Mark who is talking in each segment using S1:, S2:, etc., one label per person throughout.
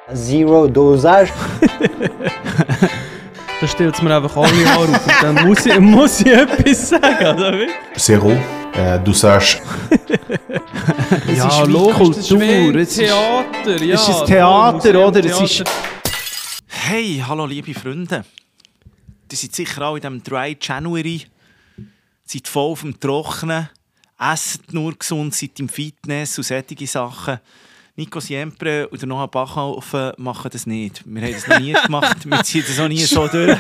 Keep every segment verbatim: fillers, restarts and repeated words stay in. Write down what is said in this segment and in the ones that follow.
S1: Zero Dosage.
S2: Da stellt es mir einfach alle Haare auf und dann muss ich, muss ich etwas sagen, oder wie?
S3: Zero äh, Dosage.
S2: Ja,
S4: ist wie
S2: Kultur,
S4: Kultur,
S2: es ist Theater, ja.
S4: Es ist Theater,
S2: Museum,
S4: oder? Es
S2: Theater.
S4: ist... Hey, hallo liebe Freunde. Die sind sicher alle in diesem Dry January. Seid voll auf dem Trockenen. Esset nur gesund, seid im Fitness und solche Sachen. Nico Siempre oder Noah Bachhofen machen das nicht. Wir haben das noch nie gemacht. Wir ziehen das auch nie so durch.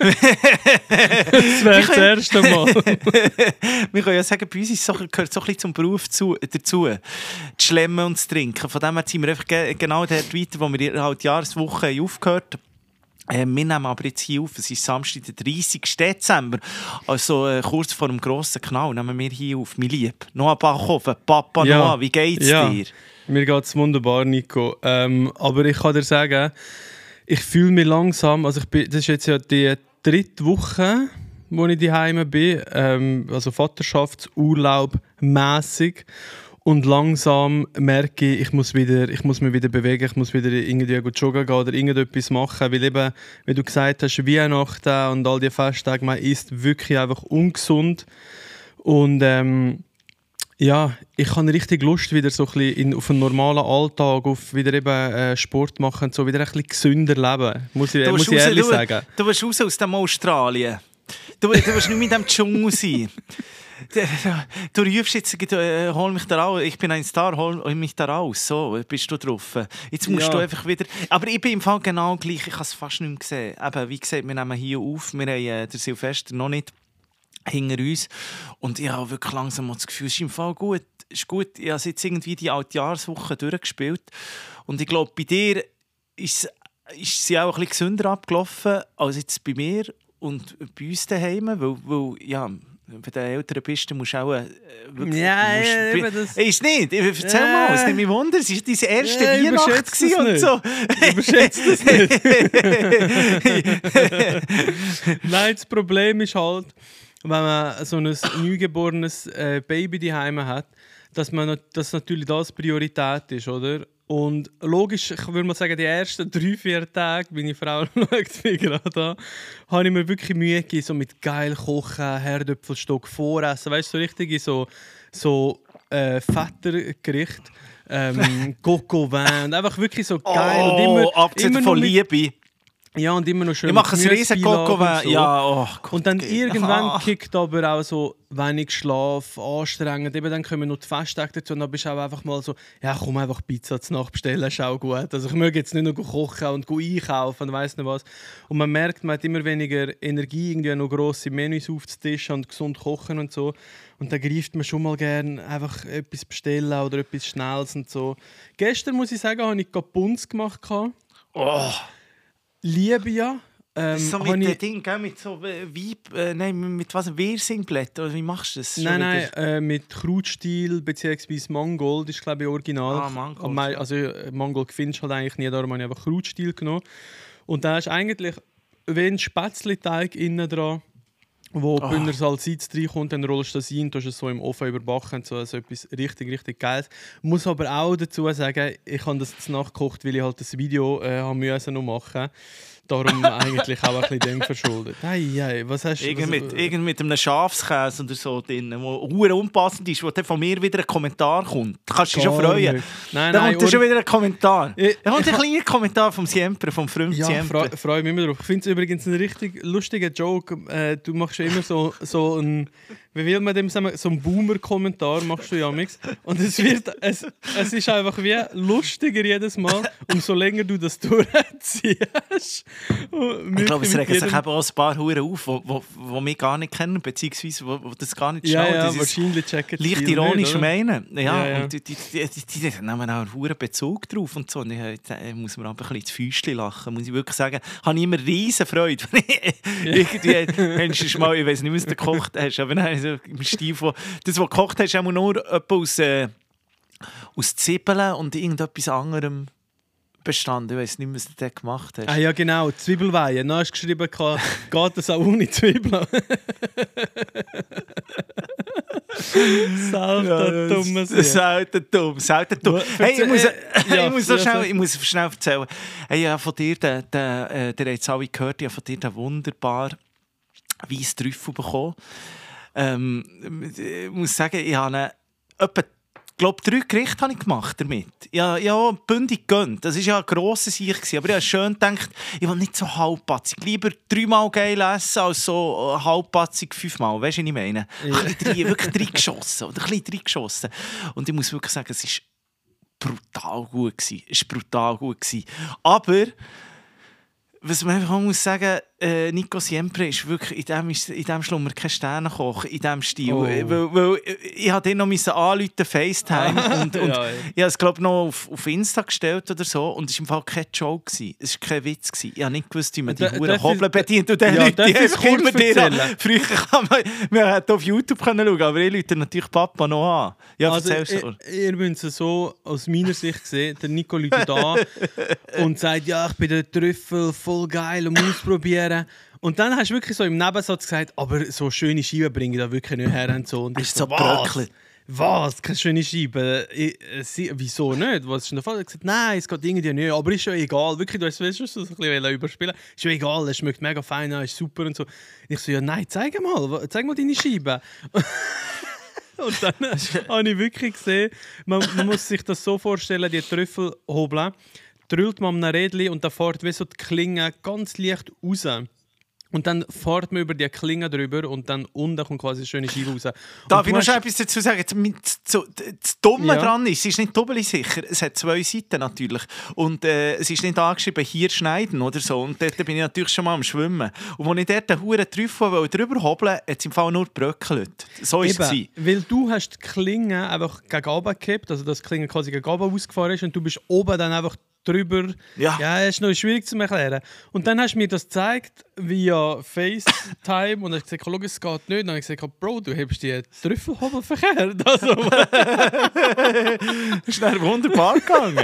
S2: Das wäre das erste Mal.
S4: Wir können ja sagen, bei uns ist so, gehört so ein bisschen zum Beruf zu, dazu. Das Schlemmen und das Trinken. Von dem her ziehen wir einfach ge- genau dort weiter, wo wir halt Jahreswoche haben aufgehört haben. Äh, wir nehmen aber jetzt hier auf, es ist Samstag, der dreißigsten Dezember, also äh, kurz vor dem grossen Knall, nehmen wir hier auf. Mein Lieb, Noah Bachhofen, Papa
S2: Ja.
S4: Noah, wie geht's
S2: Ja.
S4: dir?
S2: Mir geht es wunderbar, Nico. Ähm, aber ich kann dir sagen, ich fühle mich langsam, also ich bin, das ist jetzt ja die dritte Woche, wo ich daheim bin, ähm, also Vaterschaftsurlaub mäßig. Und langsam merke ich, ich muss, wieder, ich muss mich wieder bewegen, ich muss wieder irgendwie joggen gehen oder irgendetwas machen. Weil eben, wie du gesagt hast, Weihnachten und all die Festtage, man isst wirklich einfach ungesund. Und ähm, ja, ich habe richtig Lust, wieder so ein bisschen in, auf einen normalen Alltag, auf wieder eben äh, Sport machen und so, wieder ein bisschen gesünder leben. Muss ich,
S4: Du
S2: muss
S4: willst
S2: ich
S4: raus-
S2: ehrlich
S4: du,
S2: sagen.
S4: Du willst raus aus dem Australien. Du, du willst nicht mit dem Dschungel sein. Du, du rufst jetzt, äh, hol mich da raus, ich bin ein Star, hol mich da raus. So, bist du drauf. Jetzt musst
S2: Ja.
S4: du einfach wieder... Aber ich bin im Fall genau gleich, ich habe es fast nicht mehr gesehen. Eben, wie gesagt, wir nehmen hier auf, wir haben äh, den Silvester noch nicht hinter uns. Und ich habe wirklich langsam das Gefühl, es ist im Fall gut. Es ist gut. Ich habe jetzt irgendwie die Altjahreswoche durchgespielt. Und ich glaube, bei dir ist, ist sie auch ein bisschen gesünder abgelaufen als jetzt bei mir und bei uns daheim. Weil, weil ja, wenn du älter bist, dann musst du auch... Äh, wirklich,
S2: Ja,
S4: musst,
S2: ja, eben das-
S4: Ist nicht? Erzähl
S2: Ja.
S4: mal, es nimmt mich wunder. Es war deine erste
S2: Ja,
S4: Weihnacht
S2: überschätzt das
S4: gewesen und
S2: nicht.
S4: so.
S2: Überschätzt das nicht. Nein, das Problem ist halt, wenn man so ein neugeborenes äh, Baby daheim hat, dass, man, not- dass natürlich das Priorität ist, oder? Und logisch, ich würde mal sagen, die ersten drei, vier Tage, meine Frau schaut mich gerade an, habe ich mir wirklich Mühe gegeben, so mit geil kochen, Herdöpfelstock voressen, weißt du, so richtig so, so äh, Vettergericht, ähm, Coco Vin und einfach wirklich so geil und immer,
S4: Oh, abgesehen
S2: immer
S4: von
S2: noch mit-
S4: Liebe.
S2: ja, und immer noch schön
S4: Ich mache ein
S2: mit
S4: riesen
S2: Gemüsebeilage
S4: Coco
S2: und so.
S4: Ja, oh Gott.
S2: Und dann irgendwann
S4: Ah.
S2: kickt aber auch so wenig Schlaf, anstrengend. Eben dann kommen noch die Festtage dazu und dann bist du auch einfach mal so, ja komm, einfach Pizza zur Nacht bestellen, ist auch gut. Also ich möchte jetzt nicht nur kochen und einkaufen und weiss nicht was. Und man merkt, man hat immer weniger Energie, irgendwie noch grosse Menüs aufzutischen und gesund kochen und so. Und dann greift man schon mal gerne einfach etwas bestellen oder etwas Schnelles und so. Gestern, muss ich sagen, habe ich Kapunz gemacht.
S4: Oh.
S2: Liebe ja. Ähm,
S4: Das ist so
S2: habe
S4: mit
S2: ich-
S4: dem Ding, gell, mit so äh, Weib, äh, nein, mit was, Wirsingblätter, oder wie machst du das? Schon
S2: Nein, nein,
S4: wieder?
S2: äh, mit Krautstiel bzw. Mangold, das ist glaube ich original.
S4: Ah, Mangold.
S2: Am mei- Also äh, Mangold findest du halt eigentlich nie, darum habe ich einfach Krautstiel genommen. Und da ist eigentlich wie ein Spätzleteig innen dran, wo
S4: Oh.
S2: Bündner Salz reinkommt, dann rollst du das rein, tust es so im Ofen überbacken, so also etwas richtig, richtig Geiles. Muss aber auch dazu sagen, ich habe das jetzt nachgekocht, weil ich halt das Video äh, haben müssen noch machen. Darum eigentlich auch ein bisschen dem verschuldet. Hey, hey, was hast du?
S4: Irgend
S2: was-
S4: mit, irgend mit einem Schafskäse oder so drin, wo hure unpassend ist, wo dann von mir wieder ein Kommentar kommt. Da kannst du dich schon
S2: Gar
S4: freuen.
S2: nicht. Nein,
S4: Da
S2: nein,
S4: kommt dann schon
S2: or-
S4: wieder ein Kommentar.
S2: Ich-
S4: Da kommt
S2: ich
S4: ein
S2: ha-
S4: kleiner Kommentar vom Siempre, vom Freund
S2: Ja,
S4: Siempre.
S2: freue freu mich immer drauf. Ich finde es übrigens einen richtig lustigen Joke. Äh, du machst ja immer so, so einen, wie will man dem sagen, so einen Boomer-Kommentar machst du ja mix. Und es wird, es, es ist einfach wie lustiger jedes Mal, umso länger du das durchziehst.
S4: Ich glaube, es regen sich eben auch ein paar Huren auf, die wo, wo mich gar nicht kennen, beziehungsweise wo, wo das gar nicht
S2: Ja,
S4: schauen.
S2: ja,
S4: Das ist
S2: wahrscheinlich checken
S4: leicht
S2: viele
S4: ironisch
S2: nicht, oder?
S4: meinen. Ja,
S2: Ja, ja.
S4: und die, die, die, die, die nehmen auch einen hohen Bezug drauf und so. Und ich, da muss man aber ein bisschen ins Fäustchen lachen, muss ich wirklich sagen. Habe ich immer riesen Freude. Irgendwie, hast du mal, ich weiß nicht, was du gekocht hast, aber nein, so im Stil von, das, was du gekocht hast, ist auch nur etwa aus, äh, aus Zwiebeln und irgendetwas anderem bestanden. Ich weiß nicht, was du da gemacht hast.
S2: Ah ja, genau, Zwiebelweihe. Dann hast du geschrieben, kann- geht das auch ohne Zwiebeln? Selten dumm.
S4: Selten dumm, selten dumm. Hey, ich muss,
S2: äh, ja,
S4: ich muss, so
S2: ja,
S4: schnell,
S2: so.
S4: ich muss schnell erzählen. Hey, ja, von dir, der, der, äh, der hat es alle gehört, ich habe von dir den wunderbar weißen Trüffel bekommen. Ähm, ich muss sagen, ich habe etwa Ich glaube, drei Gerichte habe ich gemacht damit. Ja, ja, bündig gönnt. Das war ja ein grosser Sieg. Aber ich habe schön gedacht, ich will nicht so halbpatzig. Lieber dreimal geil essen als so halbpatzig fünfmal. Weißt du, was ich meine? Ja. Ein bisschen drei, wirklich reingeschossen. Oder ein bisschen reingeschossen. Und ich muss wirklich sagen, es war brutal gut. Es war brutal gut. Aber, was man einfach muss sagen, äh, Nico Siempre ist wirklich, in dem, ist, in dem Schlummer kein Sternenkoch, in diesem Stil.
S2: Oh.
S4: Weil, weil, ich musste den noch anrufen, FaceTime. und, und
S2: ja, ja.
S4: Ich habe es, glaube ich, noch auf, auf Insta gestellt oder so. Und es war im Fall kein Joke. Es war kein Witz. Ich habe nicht gewusst, wie man die
S2: Da-
S4: Huren
S2: darf
S4: Hobel
S2: ich-
S4: bedient. Und dann
S2: ja,
S4: Leute,
S2: darf
S4: die
S2: ich es
S4: einfach immer
S2: kurz
S4: dir an.
S2: erzählen?
S4: Früher kann man, man hätte auf YouTube können schauen, aber ich rufe natürlich Papa noch an. Ja,
S2: Also,
S4: erzähl's schon.
S2: ihr, ihr müsst es so aus meiner Sicht sehen. Der Nico läutet an und sagt, ja, ich bin der Trüffel, voll geil, um ausprobieren. Und dann hast du wirklich so im Nebensatz gesagt, aber so schöne Scheiben bringe ich da wirklich nicht her. Und so. Und ich
S4: Ist so
S2: was?
S4: bröckelt.
S2: Was? Keine schöne Scheibe? Ich, äh, sie, wieso nicht? Was ist denn der Fall? Ich habe gesagt, nein, es geht irgendwie nicht. Aber ist ja egal. Wirklich, du hast es so ein bisschen überspielen. Ist ja egal, es schmeckt mega fein an, ist super und so. Ich so, ja nein, zeig mal, zeig mal deine Scheibe. Und dann habe ich wirklich gesehen, man, man muss sich das so vorstellen, die Trüffelhobel drüllt man an einem Rädchen und da fährt wie so die Klinge ganz leicht raus. Und dann fährt man über die Klinge drüber und dann unten kommt quasi eine schöne Scheibe raus.
S4: Darf
S2: Und
S4: ich
S2: du
S4: noch
S2: hast-
S4: schnell etwas dazu sagen? Das, das, das Dumme
S2: Ja.
S4: dran ist, es ist nicht doppelt sicher. Es hat zwei Seiten natürlich. Und äh, es ist nicht angeschrieben, hier schneiden oder so. Und dort bin ich natürlich schon mal am Schwimmen. Und als ich dort den Huren Trüffel drüber hobeln wollte, hat es im Fall nur gebröckelt. So war es.
S2: Eben, weil du hast die Klinge einfach gegen oben gekippt, also dass die Klinge quasi gegen oben ausgefahren ist und du bist oben dann einfach drüber.
S4: Ja.
S2: Ja, das ist noch schwierig zu erklären. Und dann hast du mir das gezeigt via FaceTime und hast gesagt, schau, es geht nicht. Und dann habe ich gesagt, Bro, du hast die Trüffelhobel verkehrt. Also,
S4: Das ist dann wunderbar gegangen.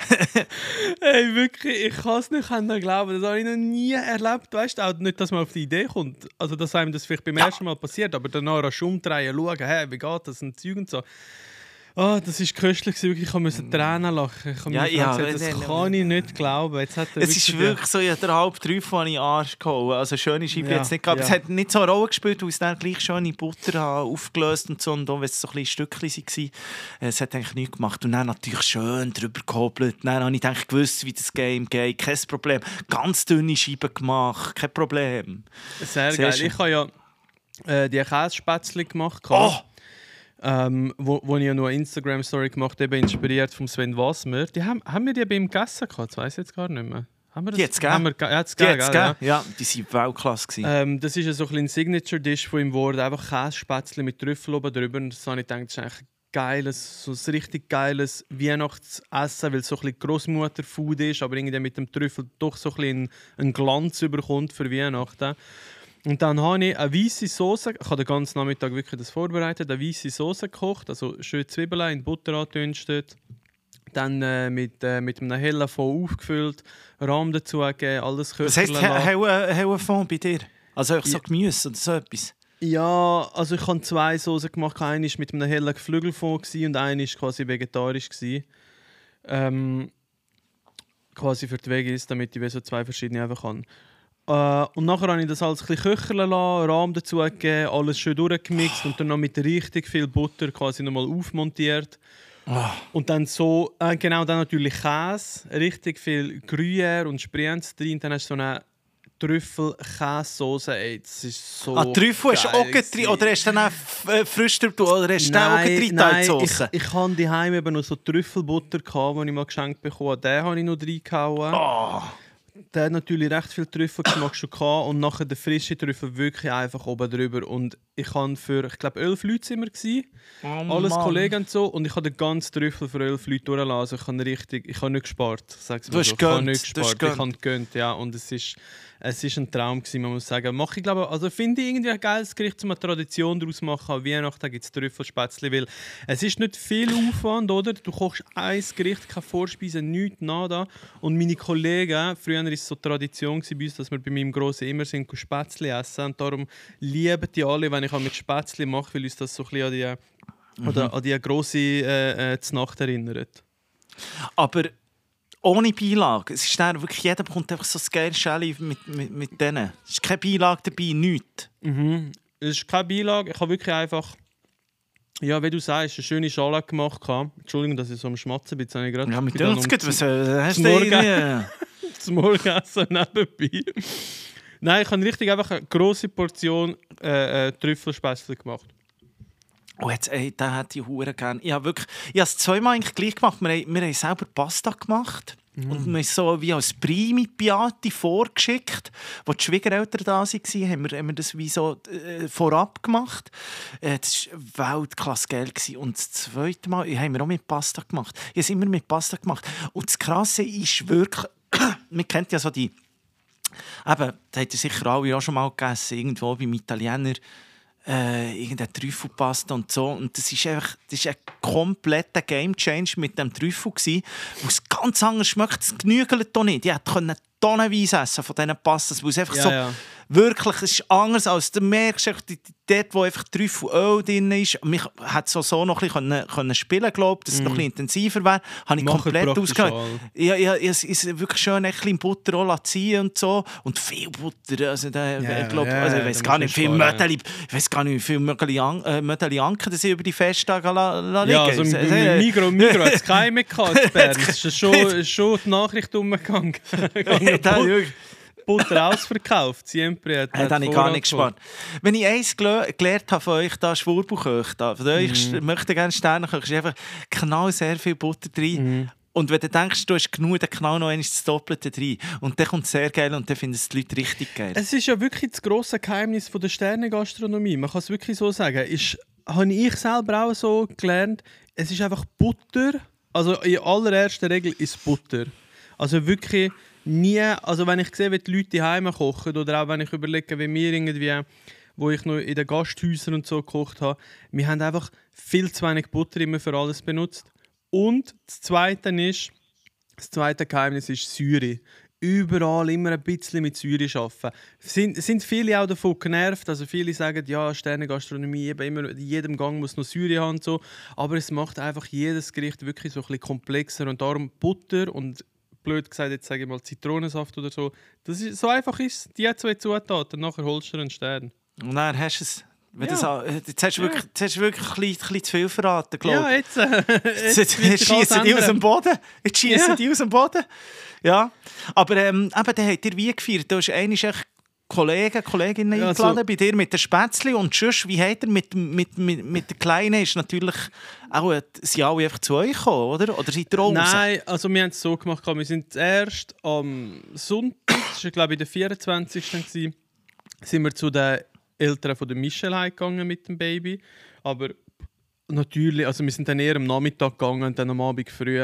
S2: hey, wirklich, ich kann es nicht glauben. Das habe ich noch nie erlebt. Weißt du, auch nicht, dass man auf die Idee kommt. Also, dass einem das vielleicht beim
S4: Ja.
S2: ersten Mal passiert, aber danach rasch umdrehen, schauen, hey, wie geht das und Zeug und so. Ah, das war köstlich, wirklich. Ich musste Tränen lachen. Ich habe
S4: Ja,
S2: mir
S4: ja,
S2: gesagt, das
S4: nein, nein,
S2: kann ich nicht glauben. Jetzt hat er
S4: Es ist wirklich so, ich habe den halben Trüffel an den Arsch gehauen. Also schöne Scheibe
S2: Ja,
S4: jetzt nicht gehabt.
S2: ja.
S4: Es hat nicht so eine Rolle gespielt, weil es dann gleich schöne Butter habe aufgelöst und so. Und auch wenn es so ein bisschen Stückchen waren, äh, es hat eigentlich nichts gemacht. Und dann natürlich schön drüber gehobelt. Dann habe ich gedacht, gewusst, wie das Game geht. Kein Problem. Ganz dünne Scheiben gemacht. Kein Problem.
S2: Sehr,
S4: Sehr
S2: geil.
S4: schön.
S2: Ich habe ja äh, die Kässpätzle gemacht.
S4: Oh!
S2: Ähm, wo, wo ich ja noch eine Instagram-Story gemacht habe, eben inspiriert von Sven Wassmer. Die haben, haben wir die bei ihm gegessen gehabt? Das weiss ich jetzt gar nicht mehr. Haben wir das?
S4: Die hat's gegeben.
S2: Haben wir, ge- ja, hat's
S4: Die
S2: gegeben,
S4: hat's
S2: gell,
S4: gegeben? Ja, die waren Weltklasse gewesen.
S2: Ähm, das ist ja so ein bisschen ein Signature-Dish von ihm geworden. Einfach Kässpätzle mit Trüffel oben drüber. Und das habe ich gedacht, das ist eigentlich ein geiles, so ein richtig geiles Weihnachtsessen, weil es so ein bisschen Grossmutter-Food ist, aber irgendwie mit dem Trüffel doch so ein bisschen einen Glanz überkommt für Weihnachten. Und dann habe ich eine weiße Soße, ich habe den ganzen Nachmittag wirklich das vorbereitet, eine weiße Soße gekocht, also schön Zwiebeln in Butter angedünstet, dann äh, mit, äh, mit einem hellen Fond aufgefüllt, Rahm dazu gegeben, alles
S4: Was heisst
S2: köcheln lassen.
S4: helle Fond bei dir? Also ich so Gemüse oder so etwas?
S2: Ja, also ich habe zwei Soßen gemacht. Eine war mit einem hellen Geflügelfond und eine war quasi vegetarisch. Ähm, quasi für die Veggies, damit ich so zwei verschiedene einfach kann. Äh, und nachher habe ich das alles ein bisschen köcheln lassen, Rahm dazu gegeben, alles schön durchgemixt und dann noch mit richtig viel Butter quasi nochmal aufmontiert.
S4: Oh.
S2: Und dann so, äh, genau, dann natürlich Käse, richtig viel Gruyère und Sprienz drin. Dann hast du so eine Trüffel-Käsesoße. Ey, das ist so
S4: Ah, Trüffel hast du auch
S2: geil
S4: drin? Oder hast du dann auch f- äh, frisch drin oder hast du den auch
S2: Nein,
S4: drin in die
S2: nein,
S4: Soße?
S2: ich, ich hatte daheim eben noch so Trüffelbutter, die ich mal geschenkt bekommen habe. Den habe ich noch reingehauen.
S4: Oh.
S2: Der hat natürlich recht viel Trüffelgeschmack schon gehabt und nachher der frische Trüffel wirklich einfach oben drüber. Und ich habe für, ich glaube, elf Leute sind wir gewesen.
S4: Oh,
S2: Alles
S4: Mann.
S2: Kollegen und so. Und ich habe den ganzen Trüffel für elf Leute durchgelassen. Also ich habe richtig, ich habe nicht gespart. Sag's
S4: Du
S2: mal
S4: hast
S2: so. Ich habe
S4: gönnt,
S2: nicht
S4: du hast
S2: gespart. Ich
S4: gönnt.
S2: habe gegönnt, ja. Und es ist, es ist ein Traum gewesen, man muss sagen. Mach ich glaube, also finde ich irgendwie ein geiles Gericht, um eine Tradition daraus zu machen. An Weihnachten gibt es Trüffelspätzle, weil es ist nicht viel Aufwand, oder? Du kochst ein Gericht, keine Vorspeise, nichts, nada. Und meine Kollegen, früher in ist es so Tradition gewesen bei uns, dass wir bei meinem Grossen immer sind Spätzli essen. Und darum lieben die alle, wenn ich auch mit Spätzli mache, weil uns das so ein bisschen an die, mhm. oder an die grosse äh, äh, Znacht erinnert.
S4: Aber ohne Beilage. Es ist dann wirklich, jeder bekommt einfach so ein geiles Schäli mit, mit, mit denen. Es ist keine Beilage dabei, nichts.
S2: Mhm. Es ist keine Beilage. Ich habe wirklich einfach, ja, wie du sagst, eine schöne Schale gemacht. Entschuldigung, dass ich so am Schmatzen bin. Jetzt
S4: ja, mit uns geht. Was äh, hast du
S2: Morgen,
S4: denn?
S2: Das Morgenessen nebenbei. Nein, ich habe richtig einfach eine grosse Portion äh, äh, Trüffelspätzle gemacht.
S4: Oh, jetzt, ey, den hätte ich hure gerne. Ich habe wirklich, ich habe es zweimal eigentlich gleich gemacht. Wir haben, wir haben selber Pasta gemacht. Mm. Und wir haben so wie als Primi Piatti vorgeschickt. Als die Schwiegereltern da waren, haben wir, haben wir das wie so äh, vorab gemacht. Äh, das war Weltklasse geil. Und das zweite Mal haben wir auch mit Pasta gemacht. Ich habe es immer mit Pasta gemacht. Und das Krasse ist wirklich, man kennt ja so die, eben, das habt ihr sicher alle auch schon mal gegessen, irgendwo beim Italiener. Äh, irgendeine Trüffelpasta und so. Und das ist einfach das ist ein kompletter Game-Changer mit dem Trüffel gewesen, wo es ganz anders schmeckt. Es genügelt doch nicht. Ich konnte tonnenweise essen von diesen Pastas, weil es einfach
S2: ja,
S4: so
S2: ja.
S4: wirklich, es ist anders als du merkst, dort, wo einfach Trüffelöl drin ist. Mich hat so, so noch ein bisschen können, können spielen, glaube dass es mm. noch ein bisschen intensiver wäre. Habe ich Mach komplett ausgehört. Ich, ich, ich, ich wirklich schön ein bisschen Butter auch ziehen und so. Und viel Butter. Also, da, yeah, ich glaube, yeah, also, ich weiß gar nicht, viel Möteli, ich weiß gar nicht, wie viel Möteli äh, Anken, dass ich über die Festtage la, la
S2: ja, also im
S4: also,
S2: Migro, Migro hat es keine gehabt in Bern. Es ist schon, schon die Nachricht umgegangen. Butter ausverkauft, siempre.
S4: Das habe ich gar nicht gespart. Wenn ich eins gel- gelernt habe von euch, da Schwurbelköch, da, von euch mm. möchte gerne Sternenköch, ist einfach knall sehr viel Butter drin. Mm. Und wenn du denkst, du hast genug, dann knall noch einmal das Doppelte drin. Und dann kommt es sehr geil und dann finden es die Leute richtig geil.
S2: Es ist ja wirklich das grosse Geheimnis von der Sternengastronomie. Man kann es wirklich so sagen. Ist, habe ich selber auch so gelernt, es ist einfach Butter. Also in allererster Regel ist Butter. Also wirklich nie, also wenn ich sehe, wie die Leute daheim kochen oder auch wenn ich überlege, wie wir irgendwie, wo ich noch in den Gasthäusern und so gekocht habe, wir haben einfach viel zu wenig Butter immer für alles benutzt. Und das Zweite ist, das zweite Geheimnis ist Säure. Überall immer ein bisschen mit Säure arbeiten. Sind, sind viele auch davon genervt, also viele sagen, ja, Sternengastronomie, eben immer, in jedem Gang muss noch Säure haben und so, aber es macht einfach jedes Gericht wirklich so ein bisschen komplexer und darum Butter und blöd gesagt, jetzt sage ich mal Zitronensaft oder so. Das ist, so einfach ist die zwei Zutaten, nachher holst du einen Stern.
S4: Und dann hast du es. Wenn
S2: ja.
S4: das auch, jetzt hast du wirklich, jetzt hast du wirklich ein, bisschen, ein bisschen zu viel verraten, glaube ich.
S2: Ja, jetzt, äh,
S4: jetzt, jetzt, jetzt schießen die aus dem Boden. Jetzt schießen ja. die aus dem Boden. Ja. Aber ähm, eben, dann habt ihr wie gefeiert. Du hast einmal Kollegen, Kolleginnen ja, eingeladen, also, bei dir mit den Spätzli und sonst, wie hat er mit, mit, mit, mit der Kleinen, ist natürlich auch, sind alle einfach zu euch gekommen, oder? Oder seid ihr auch
S2: Nein, also wir haben es so gemacht, wir sind erst am Sonntag, das war glaube ich der vierundzwanzigste sind wir zu den Eltern von der Michelle heimgegangen mit dem Baby, aber natürlich, also wir sind dann eher am Nachmittag gegangen und dann am Abend früh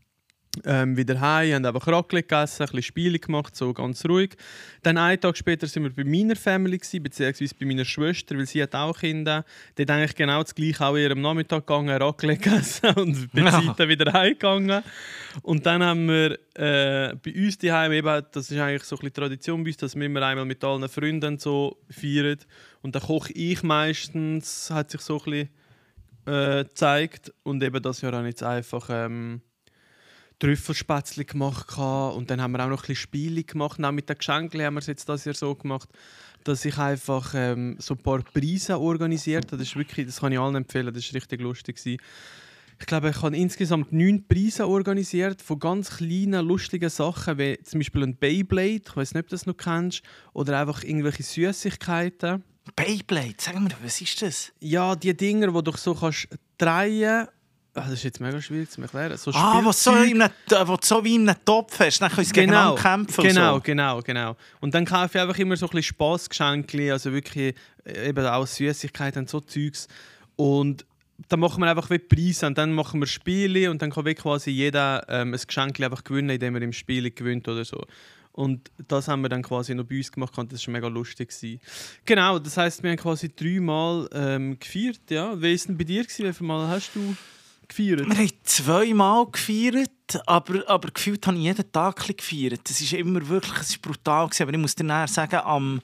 S2: Ähm, wieder heim, haben einfach Raclette gegessen, ein bisschen Spiele gemacht, so ganz ruhig. Dann einen Tag später sind wir bei meiner Family gewesen, beziehungsweise bei meiner Schwester, weil sie hat auch Kinder. Die hat eigentlich genau das Gleiche auch in ihrem Nachmittag gegangen, Raclette gegessen und bei ja. Zeit wieder heimgegangen. Und dann haben wir äh, bei uns daheim eben, das ist eigentlich so ein bisschen Tradition bei uns, dass wir immer einmal mit allen Freunden so feiern. Und dann koche ich meistens, hat sich so ein bisschen äh, gezeigt. Und eben das Jahr habe ich jetzt einfach Ähm, Trüffelspätzle gemacht und dann haben wir auch noch ein bisschen Spiele gemacht. Und auch mit den Geschenken haben wir es jetzt das Jahr so gemacht, dass ich einfach ähm, so ein paar Preise organisiert habe. Das ist wirklich, das kann ich allen empfehlen, das war richtig lustig. Ich glaube, ich habe insgesamt neun Preise organisiert von ganz kleinen, lustigen Sachen, wie zum Beispiel ein Beyblade, ich weiß nicht, ob du das noch kennst, oder einfach irgendwelche Süßigkeiten.
S4: Beyblade, sag mir, was ist das?
S2: Ja, die Dinger, die du so kannst drehen. Ah, das ist jetzt mega schwierig zu erklären. So
S4: ah, was so, so wie in einem Topf hast, dann können sie
S2: genau,
S4: gegeneinander kämpfen.
S2: Genau,
S4: so.
S2: genau, genau. Und dann kaufe ich einfach immer so ein bisschen Spassgeschenke, also wirklich eben auch Süßigkeiten und so Zeugs. Und dann machen wir einfach wie Preise und dann machen wir Spiele und dann kann quasi jeder ähm, ein Geschenk einfach gewinnen, indem er im Spiel gewinnt oder so. Und das haben wir dann quasi noch bei uns gemacht und das war mega lustig. Genau, das heisst, wir haben quasi dreimal ähm, gefeiert. Ja. Wie war es denn bei dir? Wie viele Mal hast du gefeiert?
S4: Wir haben zweimal gefeiert, aber, aber gefühlt habe ich jeden Tag ein bisschen gefeiert. Das ist immer wirklich, es ist brutal gewesen. Aber ich muss dir nachher sagen, am...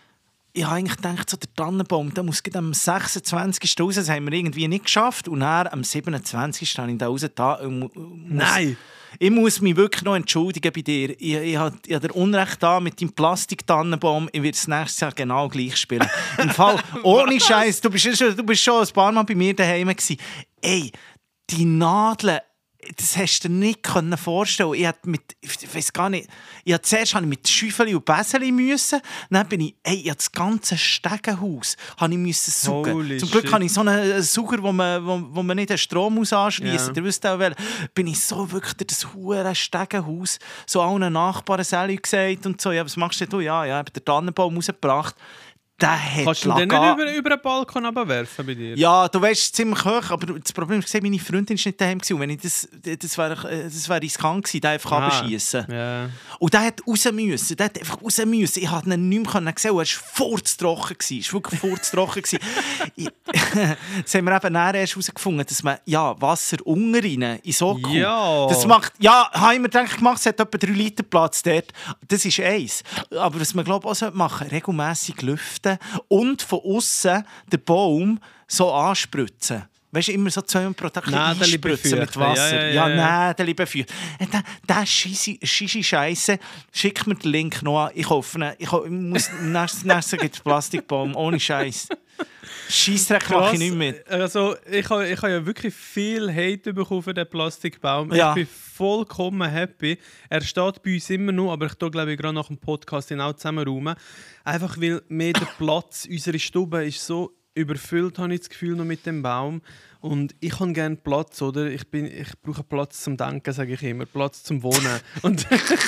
S4: Ich habe eigentlich gedacht, so der Tannenbaum, der muss am sechsundzwanzigsten raus, das haben wir irgendwie nicht geschafft. Und dann am siebenundzwanzigsten habe ich da raus. Da, muss,
S2: Nein!
S4: Ich muss mich wirklich noch entschuldigen bei dir. Ich, ich, habe, ich habe dir Unrecht da mit deinem Plastik-Tannenbaum. Ich werde das nächste Jahr genau gleich spielen. Im Fall, ohne Scheiß, du bist, du bist schon ein paar Mal bei mir daheim gewesen. Ey, die Nadeln, das hast du dir nicht vorstellen. Ich hatte mit, ich weiß gar nicht, ich hatte zuerst habe ich mit Schäufeli und Bäseli müssen. Dann bin ich, ey, ich das ganze Stegenhaus habe ich müssen saugen.
S2: Holy
S4: Zum Glück
S2: shit.
S4: habe ich so einen Sauger, wo man, wo, wo man nicht den Strom muss anschliessen.
S2: Ja.
S4: Ihr wisst auch, wel, bin ich so wirklich durch das hure Stegenhaus so allen Nachbarn Sally gesagt und so. Ja, was machst du? Ja, ja, ich habe den Tannenbaum rausgebracht. Der hat
S2: Kannst du den nicht
S4: Laga-
S2: über, über den Balkon runterwerfen bei dir?
S4: Ja, du weißt, ziemlich hoch, aber das Problem ist, meine Freundin war nicht daheim. Und wenn ich das, das wäre das wär riskant gewesen, den einfach
S2: Ah.
S4: abschießen.
S2: Ja.
S4: Und der hat raus müssen. Der hat einfach raus müssen. Ich konnte ihn nicht mehr sehen. Er war furztrocken. Er war wirklich furztrocken. Ich- Das haben wir eben nachher erst herausgefunden, dass man ja, Wasser unten rein in so kommt.
S2: Ja.
S4: Das macht, ja, habe ich mir gedacht, gemacht, es hat etwa drei Liter Platz dort. Das ist eins. Aber was man glaube ich auch machen sollte, regelmässig lüften und von außen den Baum so anspritzen. Weißt du, immer so zweimal pro Tag
S2: Nädeli
S4: einspritzen mit
S2: befeuchten.
S4: Wasser.
S2: Ja, ja, ja, ja.
S4: Nädeli befeuchten. Der, der scheisse Scheiße. Schick mir den Link noch an. Ich kaufe ihn. Ich, ich muss nächstes nächstes gibt es Plastikbaum. Ohne Scheiß. Scheissdreck mache ich nicht mit.
S2: Also, ich habe ich ha ja wirklich viel Hate bekommen für den Plastikbaum.
S4: Ja.
S2: Ich bin vollkommen happy. Er steht bei uns immer noch, aber ich tue, glaube ich, gerade nach dem Podcast ihn auch zusammenräumen. Einfach weil mehr der Platz, unsere Stube ist so überfüllt, habe ich das Gefühl, noch mit dem Baum. Und ich habe gerne Platz, oder? Ich, bin, ich brauche Platz zum Denken, sage ich immer. Platz zum Wohnen. und,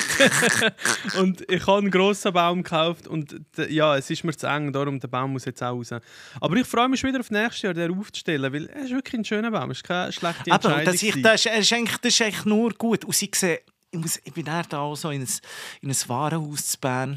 S2: und ich habe einen grossen Baum gekauft und d- ja, es ist mir zu eng, darum der Baum muss jetzt auch raus. Aber ich freue mich wieder auf nächstes Jahr, den aufzustellen, weil er ist wirklich ein schöner Baum. Es ist keine schlechte
S4: Aber
S2: Entscheidung.
S4: das, ich, das, ist, das, ist eigentlich, das ist eigentlich nur gut. Und sie sehen, ich, muss, ich bin dann da auch so in ein, in ein Warenhaus zu Bern.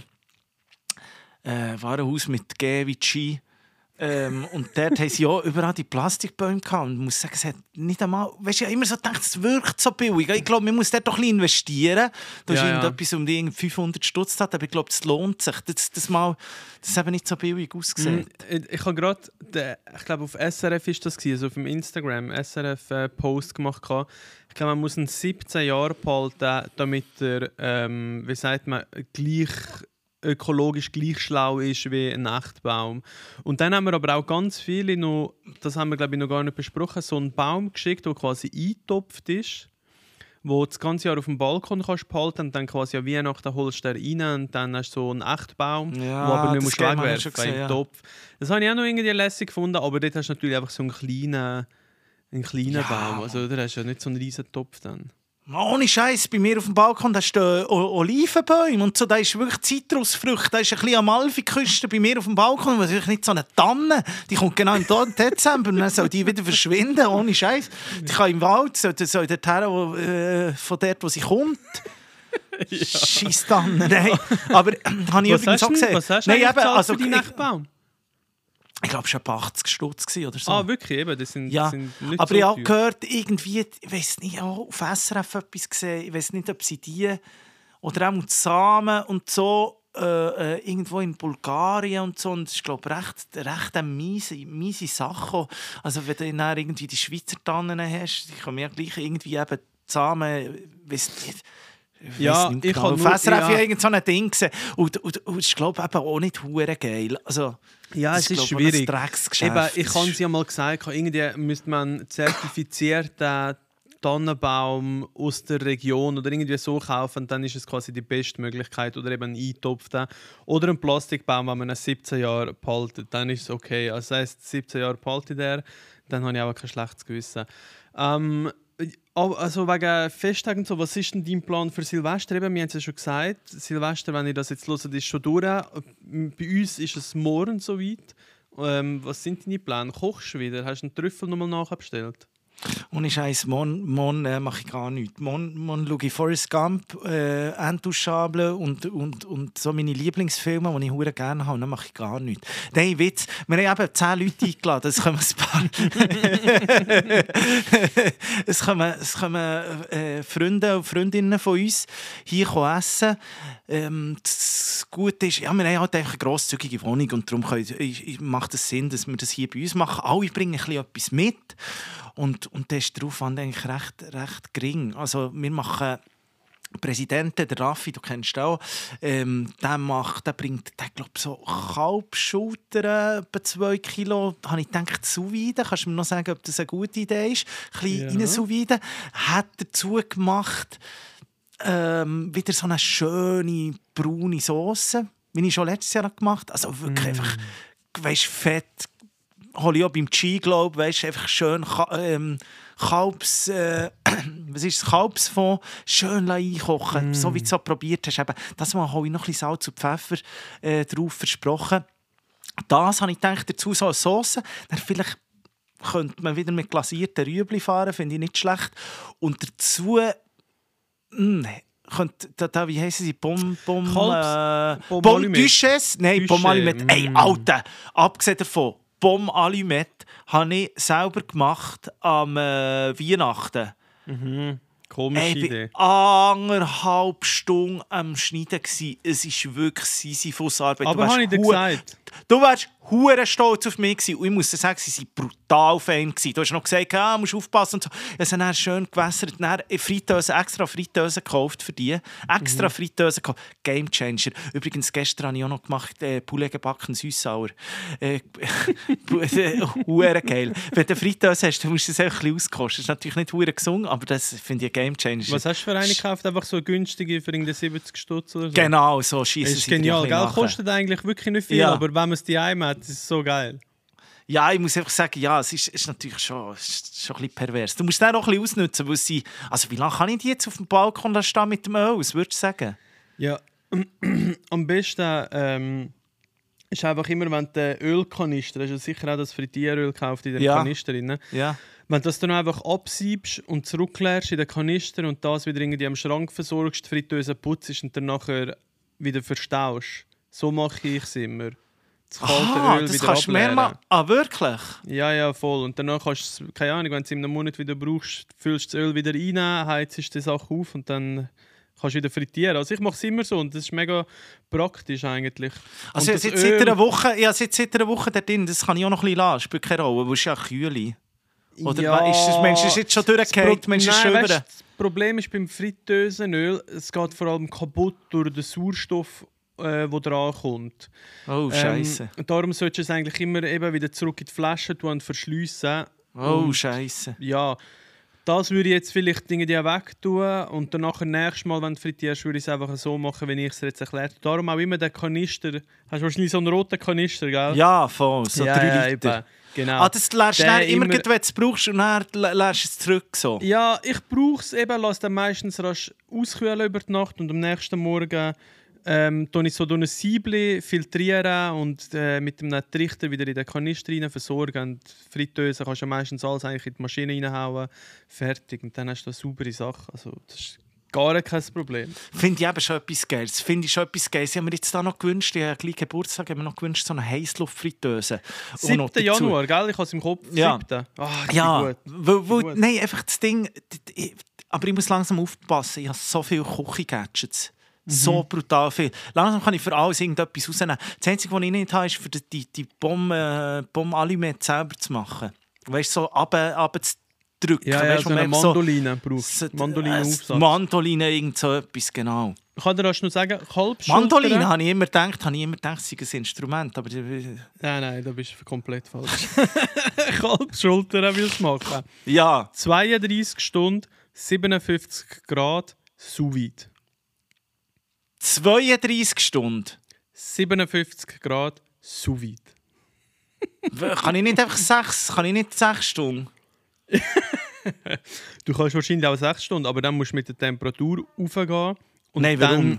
S4: Äh, Warenhaus mit G wie G. Ähm, und dort haben sie ja überall die Plastikbäume gehabt. Und ich muss sagen, es hat nicht einmal... Weißt du, ich habe immer so gedacht, es wirkt so billig. Ich glaube, man muss dort doch ein bisschen investieren. Da ist
S2: Ja, ja.
S4: irgendetwas um die fünfhundert Stutz hat, aber ich glaube, das lohnt sich. Das, das, mal, das eben nicht so billig ausgesehen.
S2: Mm, Ich, ich habe gerade, ich glaube auf S R F ist das gewesen, also auf dem Instagram S R F äh, Post gemacht gehabt. Ich glaube, man muss einen siebzehn Jahre behalten, damit er, ähm, wie sagt man, gleich ökologisch gleich schlau ist wie ein Echtbaum. Und dann haben wir aber auch ganz viele noch, das haben wir glaube ich noch gar nicht besprochen, so einen Baum geschickt, der quasi eingetopft ist, wo du das ganze Jahr auf dem Balkon kannst behalten und dann quasi an Weihnachten holst du den rein und dann hast du so einen Echtbaum,
S4: Ja,
S2: wo aber nicht
S4: das
S2: musst
S4: Game habe ich
S2: wegwerfen
S4: schon
S2: im
S4: gesehen, ja.
S2: Topf. Das habe ich auch noch irgendwie lässig gefunden, aber dort hast du natürlich einfach so einen kleinen, einen kleinen
S4: Ja,
S2: Baum. Also da hast du ja nicht so einen riesen Topf dann.
S4: Ohne Scheiß, bei mir auf dem Balkon da stehen O- Olivenbäume und so, da ist wirklich Zitrusfrüchte, da ist ein bisschen Amalfiküste bei mir auf dem Balkon, natürlich nicht so eine Tanne, die kommt genau im Dezember und dann soll die wieder verschwinden, ohne Scheiß. Die kann im Wald, soll, soll dorthin, wo, äh, von dort, wo sie kommt. Ja. Scheiß Tanne, nein. Aber äh, habe ich
S2: Was
S4: übrigens
S2: hast
S4: auch
S2: du,
S4: gesehen.
S2: was hast du
S4: Nein,
S2: eigentlich
S4: eben,
S2: gezahlt
S4: also,
S2: für deinen
S4: ich,
S2: Echtbaum?
S4: ich glaube, es war etwa achtzig Stutz gewesen oder so.
S2: Ah, wirklich? Eben, das sind,
S4: Ja,
S2: das sind nicht
S4: aber
S2: so
S4: ich habe
S2: teuer.
S4: gehört, irgendwie, ich weiß nicht, auch auf S R F etwas gesehen, ich weiß nicht, ob sie die oder auch mit Samen und so äh, äh, irgendwo in Bulgarien und so, und das ist, glaube ich, recht, recht eine miese, miese Sache. Also wenn du dann irgendwie die Schweizer Tannen hast, ich kann mir gleich irgendwie eben die Samen, ich weiss nicht, ich
S2: Ja,
S4: weiss nicht
S2: ich
S4: genau.
S2: kann
S4: Auf
S2: nur-
S4: S R F
S2: ja.
S4: ja irgend so ein Ding gesehen. Und, und, und es ist, glaube ich, eben auch nicht hure geil. Also,
S2: Ja,
S4: das
S2: es ist
S4: glaub ich, auch ein
S2: schwierig.
S4: Drecksgeschäft.
S2: Eben, ich
S4: Das
S2: habe
S4: ist-
S2: es ja mal gesagt, irgendwie müsste man zertifizierten Tannenbaum aus der Region oder irgendwie so kaufen, dann ist es quasi die beste Möglichkeit. Oder eben einen eintopften. Oder einen Plastikbaum, wenn man ihn siebzehn Jahre behaltet, dann ist es okay. Also das heisst, siebzehn Jahre behalte der, dann habe ich auch kein schlechtes Gewissen. Ähm, also wegen Festtagen und so, was ist denn dein Plan für Silvester? Eben, wir haben es ja schon gesagt, Silvester, wenn ihr das jetzt hört, ist schon durch. Bei uns ist es morgen soweit. Ähm, was sind deine Pläne? Kochst du wieder? Hast du einen Trüffel nochmal nachbestellt?
S4: Und ich heiße, morgen, morgen äh, mache ich gar nichts. Morgen, morgen schaue ich Forrest Gump, äh, Intouchable und, und, und so meine Lieblingsfilme, die ich sehr gerne habe. Und dann mache ich gar nichts. Nein, Witz. Wir haben eben zehn Leute eingeladen. Es kommen ein paar... es kommen, es kommen äh, Freunde und Freundinnen von uns hier essen. Ähm, das Gute ist, ja, wir haben halt eine grosszügige Wohnung und darum kann ich, ich, ich, macht es Sinn, dass wir das hier bei uns machen. Alle bringen ein bisschen etwas mit. Und, und da ist der Aufwand eigentlich recht, recht gering. Also wir machen Präsidenten, der Raffi, du kennst ihn auch, ähm, der, macht, der bringt, der glaubt so Kalbschultern, etwa zwei Kilo. Da habe ich gedacht, Sous-Vide, kannst du mir noch sagen, ob das eine gute Idee ist? Ein bisschen
S2: Ja.
S4: rein Sous-Vide. Hat dazu gemacht, ähm, wieder so eine schöne braune Sauce, wie ich schon letztes Jahr gemacht habe. Also wirklich mm. einfach, weißt, fett, hole ich auch beim G, glaube ich, einfach schön ähm, Kalbs, äh, was ist das, Kalbsfond schön einkochen, mm. so wie du es so probiert hast. Eben, das Mal habe ich noch ein bisschen Salz und Pfeffer äh, drauf versprochen. Das habe ich gedacht, dazu so eine Sauce. Dann vielleicht könnte man wieder mit glasierten Rüebli fahren, finde ich nicht schlecht. Und dazu, mh, könnte, da, da, wie heissen sie, Bom, Bom, äh, Bom Duchesse? Nein, Bom Allumette. Ey, Alter, abgesehen davon, Bom Allumette habe ich selber gemacht am äh, Weihnachten.
S2: Mhm. Komische
S4: Ey,
S2: Idee.
S4: Ich war anderthalb Stunden am Schneiden. Es ist wirklich Sisyphus-Arbeit.
S2: Aber habe ich dir gesagt?
S4: Du wärst hure stolz auf mich gewesen. Und ich muss dir sagen, sie waren brutal fein gewesen. Du hast noch gesagt, ah, musst aufpassen. Und so. Ich habe dann schön gewässert. Dann Fritteuse, extra Fritteuse gekauft für die. Extra mhm. Fritteuse gekauft. Game Changer. Übrigens, gestern habe ich auch noch gemacht, äh, Poulet gebacken Süßsauer. Äh, hure geil. Wenn du Fritteuse hast, dann musst du es einfach ein bisschen auskosten. Das ist natürlich nicht hure gesungen, aber das finde ich ein Game Changer.
S2: Was hast du für eine gekauft? Einfach so günstige für siebzig Stutz oder so?
S4: Genau, so schießen sie.
S2: Das ist genial. Gell? Kostet eigentlich wirklich nicht viel,
S4: ja.
S2: aber wenn man es die Heim hat, ist es so geil.
S4: Ja, ich muss einfach sagen, ja, es ist, ist natürlich schon, ist schon ein bisschen pervers. Du musst das auch ein bisschen ausnutzen, weil sie... Also wie lange kann ich die jetzt auf dem Balkon stehen mit dem Öl? Was würdest du sagen?
S2: Ja, am besten ähm, ist einfach immer, wenn du Ölkanister, hast du sicher auch das Frittieröl gekauft in den
S4: ja.
S2: Kanister drin.
S4: Ja.
S2: Wenn du das dann einfach absiebst und zurückleerst in den Kanister und das wieder irgendwie am Schrank versorgst, die Fritteuse putzt und dann nachher wieder verstaust. So mache ich es immer. Das kalte
S4: Aha,
S2: Öl
S4: das
S2: wieder
S4: kannst du mehrmals... Ah, wirklich?
S2: Ja, ja, voll. Und danach kannst du, keine Ahnung, wenn du es in einem Monat wieder brauchst, füllst du das Öl wieder rein, heizst die Sache auf und dann kannst du wieder frittieren. Also ich mache es immer so und das ist mega praktisch eigentlich.
S4: Also ich seit, seit einer Woche, ja, seit, seit einer Woche da drin, das kann ich auch noch ein bisschen lassen, spielt keine Rolle, weil es ist ja kühl. Oder
S2: ja,
S4: ist das, Mensch, ist jetzt schon durchgefallen?
S2: Pro- Nein, weißt, das Problem ist beim Fritteusenöl, es geht vor allem kaputt durch den Sauerstoff, äh, der dran kommt.
S4: Oh, Scheiße.
S2: Ähm, darum solltest du es eigentlich immer eben wieder zurück in die Flasche tun und verschliessen.
S4: Oh, Scheiße.
S2: Ja, das würde ich jetzt vielleicht Dinge die weg tun und dann nachher nächstes Mal, wenn du frittierst, würde ich es einfach so machen, wie ich es jetzt erklärt habe. Darum auch immer den Kanister. Hast du wahrscheinlich so einen roten Kanister, gell?
S4: Ja, voll. So
S2: ja,
S4: drei
S2: ja,
S4: Liter.
S2: Eben. Genau.
S4: Ah, das lässt du immer,
S2: immer
S4: wenn du es brauchst und dann lässt es zurück. So.
S2: Ja, ich brauche es eben, lasse dann meistens rasch auskühlen über die Nacht und am nächsten Morgen ähm, tue ich so durch ein Siebli filtrieren und äh, mit dem Trichter wieder in den Kanister rein versorgen. Und Fritteuse kannst du meistens alles eigentlich in die Maschine reinhauen, fertig. Und dann hast du eine saubere Sache. Also, das ist gar kein Problem.
S4: Finde ich eben schon etwas Geiles. Finde ich schon etwas Geiles. Ich habe mir jetzt da noch gewünscht, ich habe gleich Geburtstag, habe mir noch gewünscht, so eine Heissluftfritteuse.
S2: siebten Januar, gell? Ich habe es im Kopf.
S4: Ja,
S2: siebten Oh,
S4: ja
S2: gut.
S4: Weil, weil,
S2: gut.
S4: Nein, einfach das Ding... Aber ich muss langsam aufpassen. Ich habe so viele Küche-Gadgets. So mhm. brutal viel. Langsam kann ich für alles irgendetwas rausnehmen. Das Einzige, was ich nicht habe, ist für die, die Bombe, äh, Bombe Allumette selber zu machen. Weißt du, so runterzudrücken.
S2: Ja, ja,
S4: weißt,
S2: so eine Mandoline
S4: so,
S2: brauchst du.
S4: Mandolinaufsatz. Mandoline, irgend so etwas, genau.
S2: Ich kann dir das nur sagen, Kalbschultern...
S4: Mandoline, habe ich immer gedacht, habe ich immer gedacht, es sei ein Instrument, aber...
S2: Nein, nein, da bist du komplett falsch. Kalbschultern willst du machen.
S4: Ja.
S2: zweiunddreissig Stunden, siebenundfünfzig Grad, sous-vide.
S4: zweiunddreissig Stunden?
S2: siebenundfünfzig Grad, sous-vide.
S4: Kann ich nicht einfach sechs, kann ich nicht sechs Stunden?
S2: Du kannst wahrscheinlich auch sechs Stunden, aber dann musst du mit der Temperatur raufgehen. Und
S4: Nein, warum?
S2: Dann,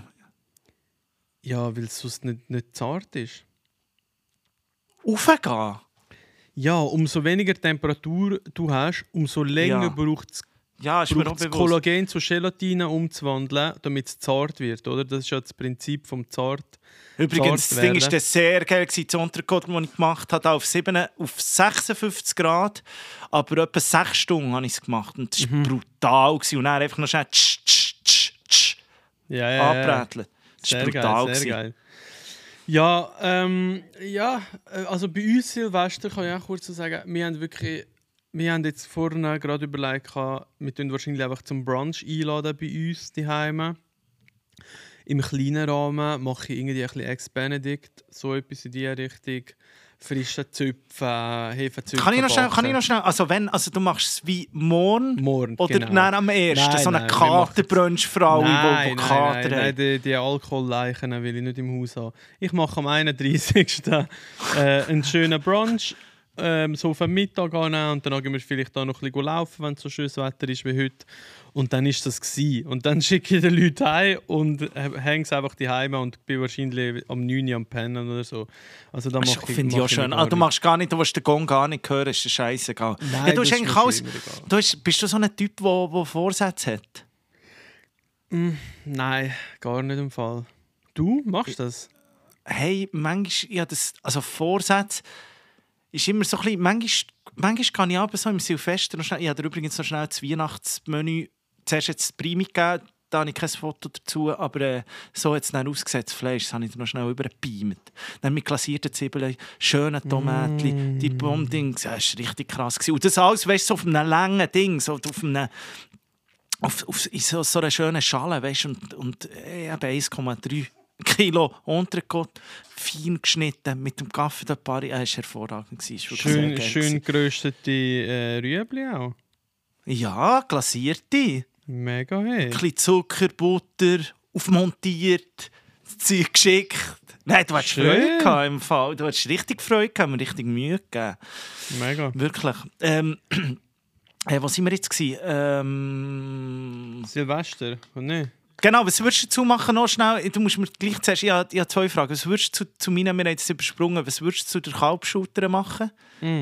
S2: ja, weil es sonst nicht, nicht zart ist.
S4: Raufgehen?
S2: Ja, umso weniger Temperatur du hast, umso länger
S4: Ja.
S2: braucht es
S4: Ja, ist mir auch
S2: braucht das
S4: bewusst.
S2: Kollagen zu Gelatine umzuwandeln, damit es zart wird, oder? Das ist ja das Prinzip vom Zart.
S4: Übrigens,
S2: zart
S4: das Ding
S2: werden.
S4: war sehr geil, gewesen, das Unterkot, das ich gemacht habe, auf, sieben, auf sechsundfünfzig Grad, aber etwa sechs Stunden habe ich es gemacht und das war
S2: Mhm.
S4: brutal. Gewesen. Und dann einfach noch schnell tsch, tsch, tsch, tsch,
S2: Ja, ja, ja.
S4: angebrätelt. Das war
S2: Sehr
S4: brutal.
S2: geil, sehr
S4: gewesen.
S2: geil. Ja, ähm, ja, äh, also bei uns Silvester kann ich auch kurz so sagen, wir haben wirklich, wir haben jetzt vorne gerade überlegt, gehabt, wir tun wahrscheinlich einfach zum Brunch einladen bei uns daheim. Im kleinen Rahmen mache ich irgendwie ein bisschen Ex-Benedict, so etwas in die Richtung. Frische Zöpfe, Hefezöpfe.
S4: Kann ich noch schnell, kann ich
S2: backen.
S4: noch schnell, also wenn, also du machst es wie morgen
S2: Morgen,
S4: oder
S2: genau.
S4: dann am ersten,
S2: Nein,
S4: so eine
S2: nein, wir machen-
S4: Katerbrunch-Frau, die
S2: Nein,
S4: die
S2: nein,
S4: Kater
S2: nein, nein,
S4: hat.
S2: die, die Alkoholleichen will ich nicht im Haus haben. Ich mache am einunddreißigsten Äh, einen schönen Brunch, ähm, so auf den Mittag annehmen und dann gehen wir vielleicht da noch ein bisschen laufen, wenn es so schönes Wetter ist wie heute. Und dann ist das gewesen. Und dann schicke ich die Leute heim und hänge es einfach daheim und bin wahrscheinlich am neun Uhr am Pennen oder so. Also da mache ich,
S4: Finde ich
S2: mache
S4: auch schön.
S2: mir
S4: Ah,
S2: gar
S4: du machst gar nicht, du willst den Gong gar nicht hören, ist scheißegal.
S2: Nein,
S4: Ja, du
S2: das
S4: hast
S2: ist
S4: eigentlich
S2: mir
S4: alles,
S2: schon immer egal.
S4: du hast, bist du so ein Typ, der, der Vorsätze hat?
S2: Nein, gar nicht im Fall. Du machst das?
S4: Hey, manchmal, ja, das, also Vorsätze ist immer so ein bisschen, manchmal, manchmal kann ich aber so im Silvester noch schnell, ich habe dir übrigens noch schnell das Weihnachtsmenü, zuerst jetzt das Primi gegeben, da habe ich kein Foto dazu, aber äh, so hat es dann ausgesehen, das Fleisch, das habe ich dir noch schnell übergepeimt. Dann mit glasierten Zwiebeln, schönen Tomaten,
S2: Mm.
S4: die Bombdings, ja, das war richtig krass gewesen. Und das alles, weißt du, so auf einem langen Ding, so auf einem, auf, auf, in so, so einer schönen Schale, weißt du, und, und äh, eben eins Komma drei Kilo Unterkot, fein geschnitten, mit dem Kaffee der Pari. Er war hervorragend. Gewesen. Ist wirklich sehr
S2: Schön,
S4: geil
S2: schön
S4: gewesen.
S2: geröstete äh, Rüebli auch.
S4: Ja, glasierte.
S2: Mega
S4: Ein
S2: hey.
S4: bisschen Zucker, Butter, aufmontiert, das Zeug geschickt. Nein, du hattest
S2: Schön.
S4: Freude gehabt im Fall. Du hattest richtig Freude gehabt, mir richtig Mühe gegeben.
S2: Mega.
S4: Wirklich. Ähm, äh, wo sind wir jetzt gewesen? Ähm,
S2: Silvester, und nicht?
S4: Genau, was würdest du dazu machen noch schnell? Du musst mir gleich zuerst, ich habe, ich habe zwei Fragen. Was würdest du zu, zu meinen, wir haben jetzt übersprungen, was würdest du zu der Kalbschulter machen?
S2: Mm.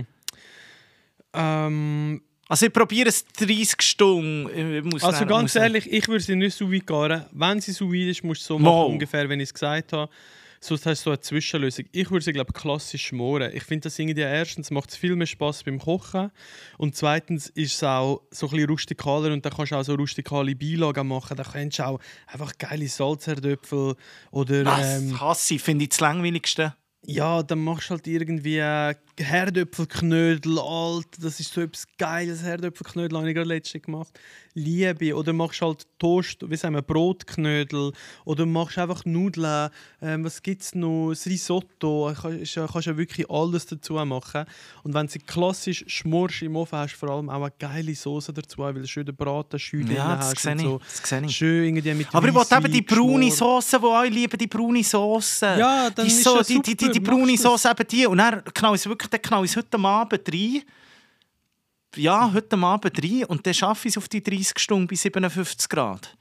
S2: Ähm,
S4: Also ich probiere es dreißig Stunden. Ich muss
S2: also
S4: dann-
S2: ganz
S4: muss-
S2: ehrlich, ich würde sie nicht so weit garen. Wenn sie so weit ist, musst du so
S4: Mo.
S2: machen, ungefähr, wenn ich es gesagt habe. Sonst hast du so eine Zwischenlösung. Ich würde sie, glaube ich, klassisch schmoren. Ich finde das irgendwie, erstens macht es viel mehr Spass beim Kochen und zweitens ist es auch so ein bisschen rustikaler und dann kannst du auch so rustikale Beilagen machen. Da kannst du auch einfach geile Salzherdöpfel oder...
S4: Das
S2: Ähm,
S4: hasse ich, finde ich das Langweiligste.
S2: ja, dann machst du halt irgendwie äh, Herdöpfelknödel, Alter. Das ist so etwas Geiles. Herdöpfelknödel habe ich gerade letztens gemacht. Liebe. Oder machst halt Toast, wie sagen wir, Brotknödel. Oder machst einfach Nudeln. Ähm, was gibt es noch? Das Risotto. Kannst ja, kannst ja wirklich alles dazu machen. Und wenn du klassisch schmorst im Ofen hast, vor allem auch eine geile Soße dazu, weil du schön den Braten schön
S4: Ja,
S2: drin
S4: das
S2: hast.
S4: sehe
S2: und
S4: ich.
S2: so.
S4: Das sehe ich.
S2: Schön irgendwie mit
S4: Aber ich wollte eben
S2: Weisswein
S4: die braune
S2: geschmort.
S4: Soße, die alle lieben, die braune Soße.
S2: Ja, dann
S4: die
S2: ist
S4: so,
S2: ja
S4: die, die, die, die
S2: super,
S4: braune
S2: machst das.
S4: Soße eben die. Und dann knall ich es wirklich, dann knall ich es heute Abend rein. Ja, heute Abend rein. Und dann schaffe ich es auf die dreißig Stunden bei siebenundfünfzig Grad.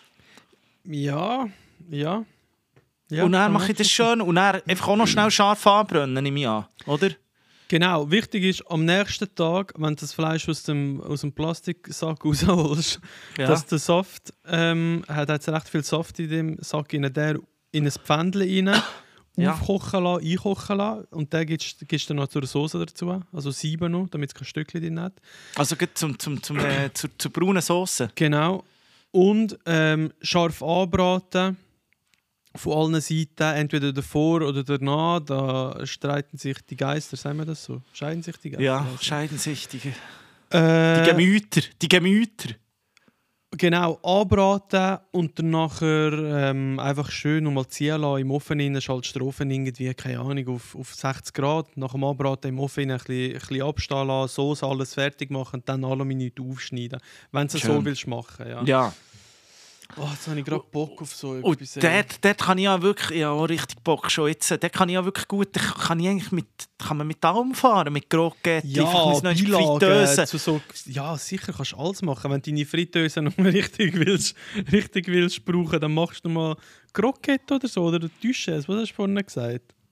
S2: Ja, ja. ja
S4: und dann
S2: dann
S4: mache ich
S2: machst
S4: das
S2: du
S4: schön. Und dann einfach auch noch schnell scharf anbrennen, nehme ich an. Oder?
S2: Genau, wichtig ist, am nächsten Tag, wenn du das Fleisch aus dem, aus dem Plastiksack rausholst,
S4: Ja.
S2: dass der Saft, ähm, hat jetzt recht viel Saft in dem Sack, in, der, in ein Pfändchen rein,
S4: Ja.
S2: aufkochen lassen, einkochen lassen und dann gibst gibst du noch zur Soße dazu, also sieben noch, damit es kein Stückchen drin hat.
S4: Also gut zum, zum, zum, äh, zur, zur braunen Soße.
S2: Genau. Und ähm, scharf anbraten, von allen Seiten, entweder davor oder danach, da streiten sich die Geister, sagen wir das so? Scheiden sich die Geister?
S4: Ja,
S2: Also.
S4: Scheidensichtige.
S2: Äh,
S4: Die Gemüter. Die Gemüter.
S2: Genau, anbraten und dann nachher ähm, einfach schön nochmal ziehen lassen im Ofen rein, schaltest den Ofen irgendwie, keine Ahnung, auf, auf sechzig Grad. Nach dem Anbraten im Ofen rein, ein bisschen, ein bisschen abstehen lassen, Soße alles fertig machen und dann alle Minuten aufschneiden. Wenn du es so
S4: Schön.
S2: willst machen, ja.
S4: Ja.
S2: Oh, jetzt habe ich gerade Bock auf so
S4: Und
S2: etwas. ey.
S4: dort, dort kann ich ja wirklich, ja, auch richtig Bock schon jetzt. Dort kann ich ja wirklich gut, da kann ich eigentlich mit, kann man mit allem fahren, mit Croquette,
S2: Ja,
S4: einfach noch eine
S2: Beilagen,
S4: Fritteuse.
S2: zu so, ja, sicher kannst du alles machen. Wenn du deine Fritteuse noch mal richtig willst, richtig willst brauchen, dann machst du mal Croquette oder so, oder Duschesse, was hast du vorhin gesagt?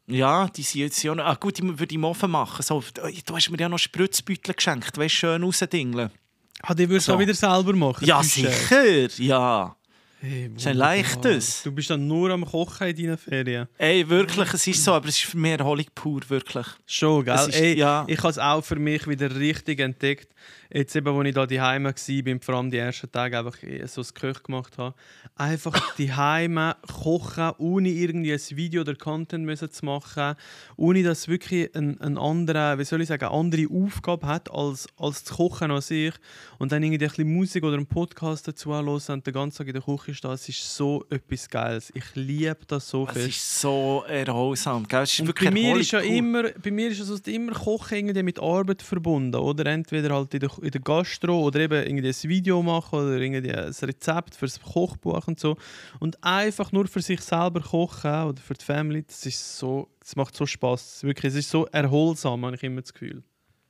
S4: Ja, die sind jetzt ja noch... Ah, gut, die würde ich im Ofen machen. So, du hast mir ja noch Spritzbeutel geschenkt. Weißt du, schön rausdingeln.
S2: Ah, die würdest du
S4: So.
S2: auch wieder selber machen?
S4: Ja,
S2: das ist
S4: sicher. Ja.
S2: Hey,
S4: Das ist ein leichtes.
S2: Du bist dann nur am Kochen in deinen Ferien.
S4: Ey, wirklich, es ist so. Aber es ist für mich Erholung pur, wirklich.
S2: Schon, gell?
S4: Es ist-
S2: Ey,
S4: ja.
S2: Ich habe es auch für mich wieder richtig entdeckt. Jetzt eben, als ich da daheim war, bin, vor allem die ersten Tage einfach so das Köch gemacht habe. Einfach daheim kochen, ohne irgendwie ein Video oder Content müssen zu machen. Ohne dass es wirklich ein, ein andere, wie soll ich sagen, eine andere Aufgabe hat, als, als das Kochen an sich. Und dann irgendwie ein bisschen Musik oder einen Podcast dazu hören und den ganzen Tag in der Küche stehen. Es ist so etwas Geiles. Ich liebe das so
S4: Es
S2: fest.
S4: ist so erholsam. Gell? Es ist
S2: Und
S4: wirklich
S2: bei mir
S4: Erholung
S2: ist ja
S4: pur.
S2: immer, bei mir ist also immer Kochen irgendwie mit Arbeit verbunden, oder? Entweder halt in der, in der Gastro oder eben irgendwie ein Video machen oder irgendwie ein Rezept für das Kochbuch und so. Und einfach nur für sich selber kochen oder für die Family, das ist so, das macht so Spaß. Wirklich, es ist so erholsam, habe ich immer das Gefühl.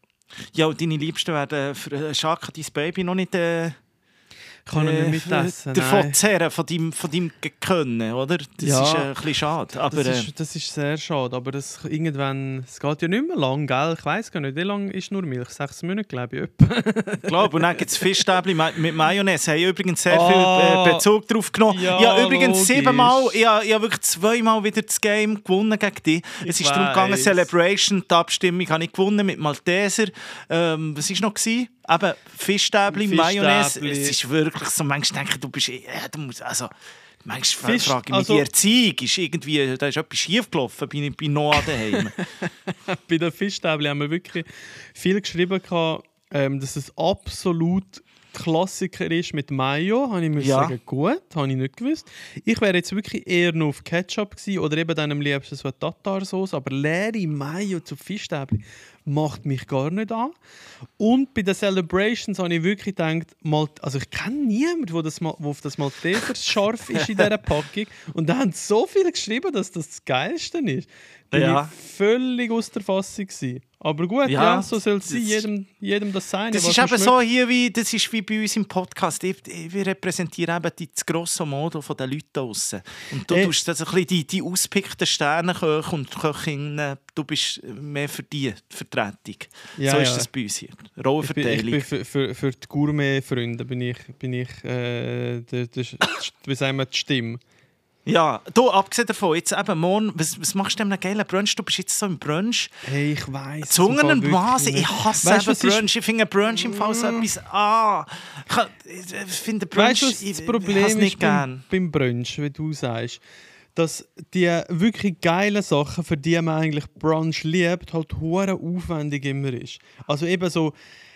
S4: Ja, und deine Liebsten werden für äh, Schaka, dein Baby, noch nicht... Äh,
S2: Ich kann
S4: äh,
S2: nicht mitessen.
S4: davon
S2: nein.
S4: zehren, von deinem, von deinem Können, oder? Das
S2: Ja,
S4: ist äh, ein bisschen schade. Aber,
S2: Das
S4: äh,
S2: ist, das ist sehr schade, aber das, irgendwann, es geht ja nicht mehr lang, gell? Ich weiss gar nicht, wie lange ist nur Milch? Sechs Monate, glaube ich. etwa.
S4: ich glaube, und dann gibt es Fischstäbchen mit Mayonnaise. Ich habe übrigens sehr
S2: Ah,
S4: viel äh, Bezug darauf genommen.
S2: ja,
S4: ich habe übrigens
S2: logisch.
S4: siebenmal, ich habe, ich habe wirklich zweimal wieder das Game gewonnen gegen dich. Es
S2: Ich
S4: ist darum gegangen,
S2: weiss.
S4: Celebration, die Abstimmung habe ich gewonnen mit Malteser. Ähm, was war noch? Gewesen? Eben Fischstäbchen, Mayonnaise.
S2: Fischstäbli.
S4: Es ist wirklich so, manchmal denke ich, du bist... Ja, du musst, also, manchmal
S2: Fisch-
S4: frage ich mich,
S2: also-
S4: die Erziehung ist irgendwie... Da ist etwas schiefgelaufen bei, bei Noah daheim.
S2: Bei den Fischstäbchen haben wir wirklich viel geschrieben, gehabt, ähm, dass es absolut Klassiker ist mit Mayo. Habe ich müssen
S4: Ja.
S2: sagen, gut, habe ich nicht gewusst. Ich wäre jetzt wirklich eher noch auf Ketchup gewesen oder eben dann am liebsten so eine Tatarsauce, aber leere Mayo zu Fischstäbchen macht mich gar nicht an. Und bei den Celebrations habe ich wirklich gedacht, Malt- also ich kenne niemanden, der das, Mal- wo auf das Malteser scharf ist in dieser Packung. Und da haben so viele geschrieben, dass das das Geilste ist. Bin
S4: Ja.
S2: ich völlig aus der Fassung gewesen. Aber gut,
S4: Ja,
S2: ja, so soll es sein,
S4: das-
S2: jedem, jedem das sein.
S4: Das
S2: was
S4: ist
S2: ihm
S4: eben
S2: schmeckt.
S4: so hier, wie, das ist wie bei uns im Podcast. Ich, ich, wir repräsentieren eben die, das grosse Modo der Leute draussen. Und du
S2: Äh.
S4: tust das ein bisschen die, die auspickten Sterneköche und Köchinnen, du bist mehr für die Vertretung.
S2: Ja,
S4: so ist
S2: ja.
S4: das bei uns hier.
S2: Ich bin, ich
S4: Rollenverteilung.
S2: bin für, für, für die Gourmet-Freunde bin ich, bin ich äh, der, der, wie sagen wir, die Stimme.
S4: Ja, du, abgesehen davon, jetzt eben morgen, was, was machst du denn einem geilen Brunch? Du bist jetzt so im Brunch.
S2: Hey, ich weiss.
S4: Zungen und
S2: wirklich
S4: Masen,
S2: nicht.
S4: ich hasse
S2: Weißt du,
S4: eben
S2: was ist-
S4: Brunch. Ich finde Brunch im Fall so etwas... Ah, ich, kann- ich finde Brunch...
S2: Weißt du, was
S4: ich-
S2: das
S4: ich
S2: Problem
S4: has nicht
S2: ist
S4: gern.
S2: beim, beim Brunch, wie du sagst? Dass die wirklich geilen Sachen, für die man eigentlich Brunch liebt, halt hure aufwendig immer ist. Also eben so,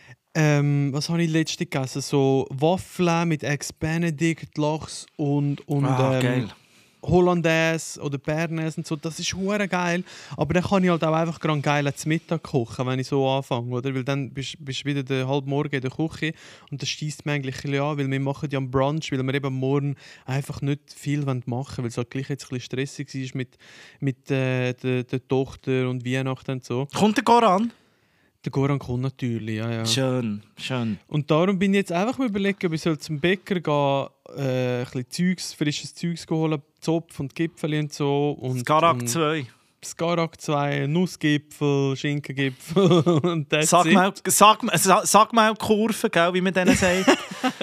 S2: ähm, was habe ich letztens gegessen? So Waffeln mit Eggs Benedict, Lachs und, und
S4: Ah,
S2: ähm,
S4: geil.
S2: Hollandaise oder Bernaise und so, das ist hure geil. Aber dann kann ich halt auch einfach gerade geil zu Mittag kochen, wenn ich so anfange, oder? Weil dann bist du wieder den halb morgen in der Küche und das steisst mir eigentlich ein bisschen an, weil wir machen ja am Brunch, weil wir eben morgen einfach nicht viel machen wollen, weil es halt gleich jetzt ein bisschen stressig war mit, mit äh, der, der Tochter und Weihnachten und so.
S4: Kommt der Goran?
S2: Der Goran kommt natürlich, ja, ja.
S4: Schön, schön.
S2: Und darum bin ich jetzt einfach mal überlegen, ob ich soll zum Bäcker gehen, äh, ein bisschen Zeugs, frisches Zeugs holen, Zopf und Gipfel und so. Und,
S4: Skarak
S2: und
S4: zwei.
S2: Skarak zwei, Nussgipfel, Schinkengipfel und das
S4: Sag mal, sag, mal- sa- sag mal Kurven, gell, wie man denen sagt.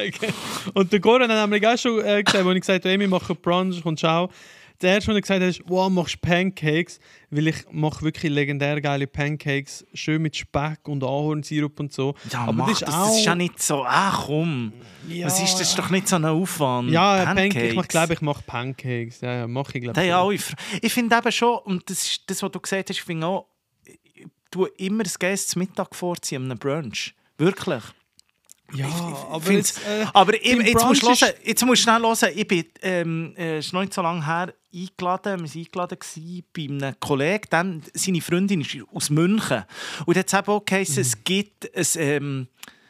S2: Und der Goran hat nämlich auch schon äh, gesagt, als ich gesagt habe, hey, wir machen Brunch und schau. Das erste, was er gesagt hat, ist, wow, machst du Pancakes? Weil ich mache wirklich legendär geile Pancakes, schön mit Speck und Ahornsirup und so.
S4: Ja,
S2: aber
S4: mach
S2: das
S4: das,
S2: ist
S4: das
S2: auch...
S4: ist ja nicht so, ah komm,
S2: Ja,
S4: was ist das? ist doch nicht so ein Aufwand.
S2: Ja, Pancakes. Ich glaube, ich mache Pancakes. Ja, ja, mache ich, glaube
S4: ich. Ja, ich ich finde eben schon, und das, ist das, was du gesagt hast, ich finde auch, ich tue immer das Gäste zum Mittag vorziehen, an einem Brunch. Wirklich.
S2: Ja, aber,
S4: Find's-
S2: jetzt, äh,
S4: aber ich,
S2: beim
S4: jetzt, musst du
S2: Brunch
S4: hören, jetzt musst du schnell hören, ich bin, ähm, äh, es ist noch nicht so lange her, eingeladen, wir waren eingeladen gewesen bei einem Kollegen, dem, seine Freundin ist aus München. Und jetzt eben auch geheißen, es gibt ein, ähm,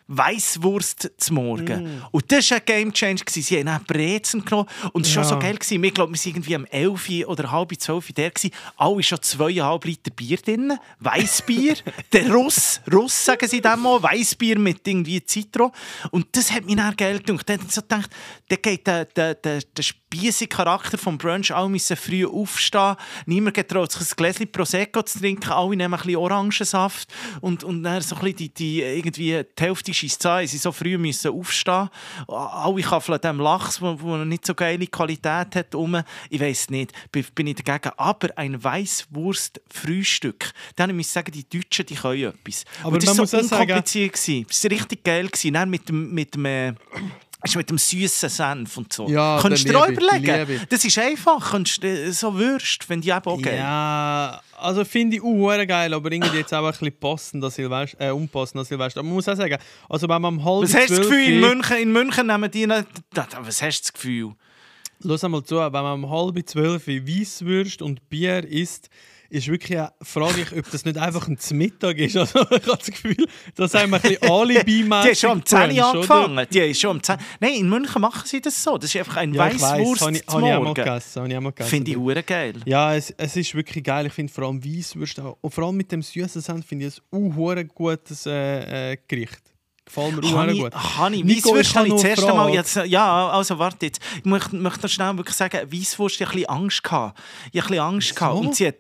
S4: Weisswurst zum Morgen.
S2: Mm.
S4: Und das war ein Gamechanger. Sie haben dann Brezen genommen. Und es war
S2: Ja.
S4: schon so geil. Gewesen. Ich glaube, wir waren irgendwie um elf oder halb zwölf der. Gewesen. Alle schon zweieinhalb Liter Bier drin. Weissbier. Der Russ. Russ, sagen sie dem mal. Weissbier mit irgendwie Zitro. Und das hat mich dann geil gedacht. Dann habe ich so gedacht, da geht der, der, der, der spiessige Charakter vom Brunch. Alle müssen früh aufstehen. Niemand getraut sich ein Gläschen Prosecco zu trinken. Alle nehmen ein bisschen Orangensaft. Und, und dann so ein bisschen die, die, irgendwie die Hälfte scheisst an. Sie so früh müssen aufstehen. Alle kaffeln dem Lachs, der nicht so geile Qualität hat. Um. Ich weiss nicht, bin ich dagegen. Aber ein Weisswurst-Frühstück. Dann muss ich sagen, die Deutschen, die können etwas.
S2: Aber
S4: das
S2: man
S4: war
S2: muss
S4: so
S2: auch sagen-
S4: unkompliziert. Es war richtig geil. Dann mit dem... Mit dem äh, Weißt du, mit dem süßen Senf und so.
S2: Ja,
S4: Kannst du
S2: den
S4: dir auch
S2: liebe ich,
S4: überlegen?
S2: liebe ich.
S4: Das ist einfach. Kannst du, so Würst, finde ich eben auch geil.
S2: Ja, also finde ich auch geil, aber irgendwie jetzt auch ein bisschen passend an Silvester, äh, unpassend an Silvester. Aber man muss auch sagen, also wenn man um halb
S4: Was hast du das
S2: zwölf-
S4: Gefühl, in München, in München nehmen die nicht... Was hast du das Gefühl?
S2: Lass einmal zu, wenn man um halb zwölf Weisswürst und Bier isst, ist wirklich eine Frage, ich, ob das nicht einfach ein Mittag ist. Also, ich habe das Gefühl, das haben wir ein bisschen alibi-mässig.
S4: Die haben schon um zehn Uhr
S2: Brunch,
S4: angefangen.
S2: oder?
S4: Die haben schon um zehn... Nein, in München machen sie das so. Das ist einfach ein
S2: Ja, ich weiss,
S4: Weisswurst
S2: habe ich,
S4: zum
S2: habe ich auch mal
S4: Morgen.
S2: gegessen. habe ich auch mal gegessen.
S4: Finde ich hure geil.
S2: Ja, es, es ist wirklich geil. Ich finde vor allem Weisswürst, auch- und vor allem mit dem süßen Senf, finde ich es ein hure gutes äh, äh, Gericht. Gefällt mir auch
S4: Habe ich,
S2: gut.
S4: habe ich,
S2: Nico,
S4: Weisswurst
S2: ich
S4: habe
S2: habe
S4: ich
S2: noch
S4: das erste
S2: eine
S4: Mal...
S2: Frage.
S4: Jetzt, ja, also warte jetzt. Ich möchte, möchte noch schnell wirklich sagen, Weisswurst, ich hatte ein bisschen Angst. Gehabt. Ich hatte ein bisschen Angst. Gehabt. Und sie hat...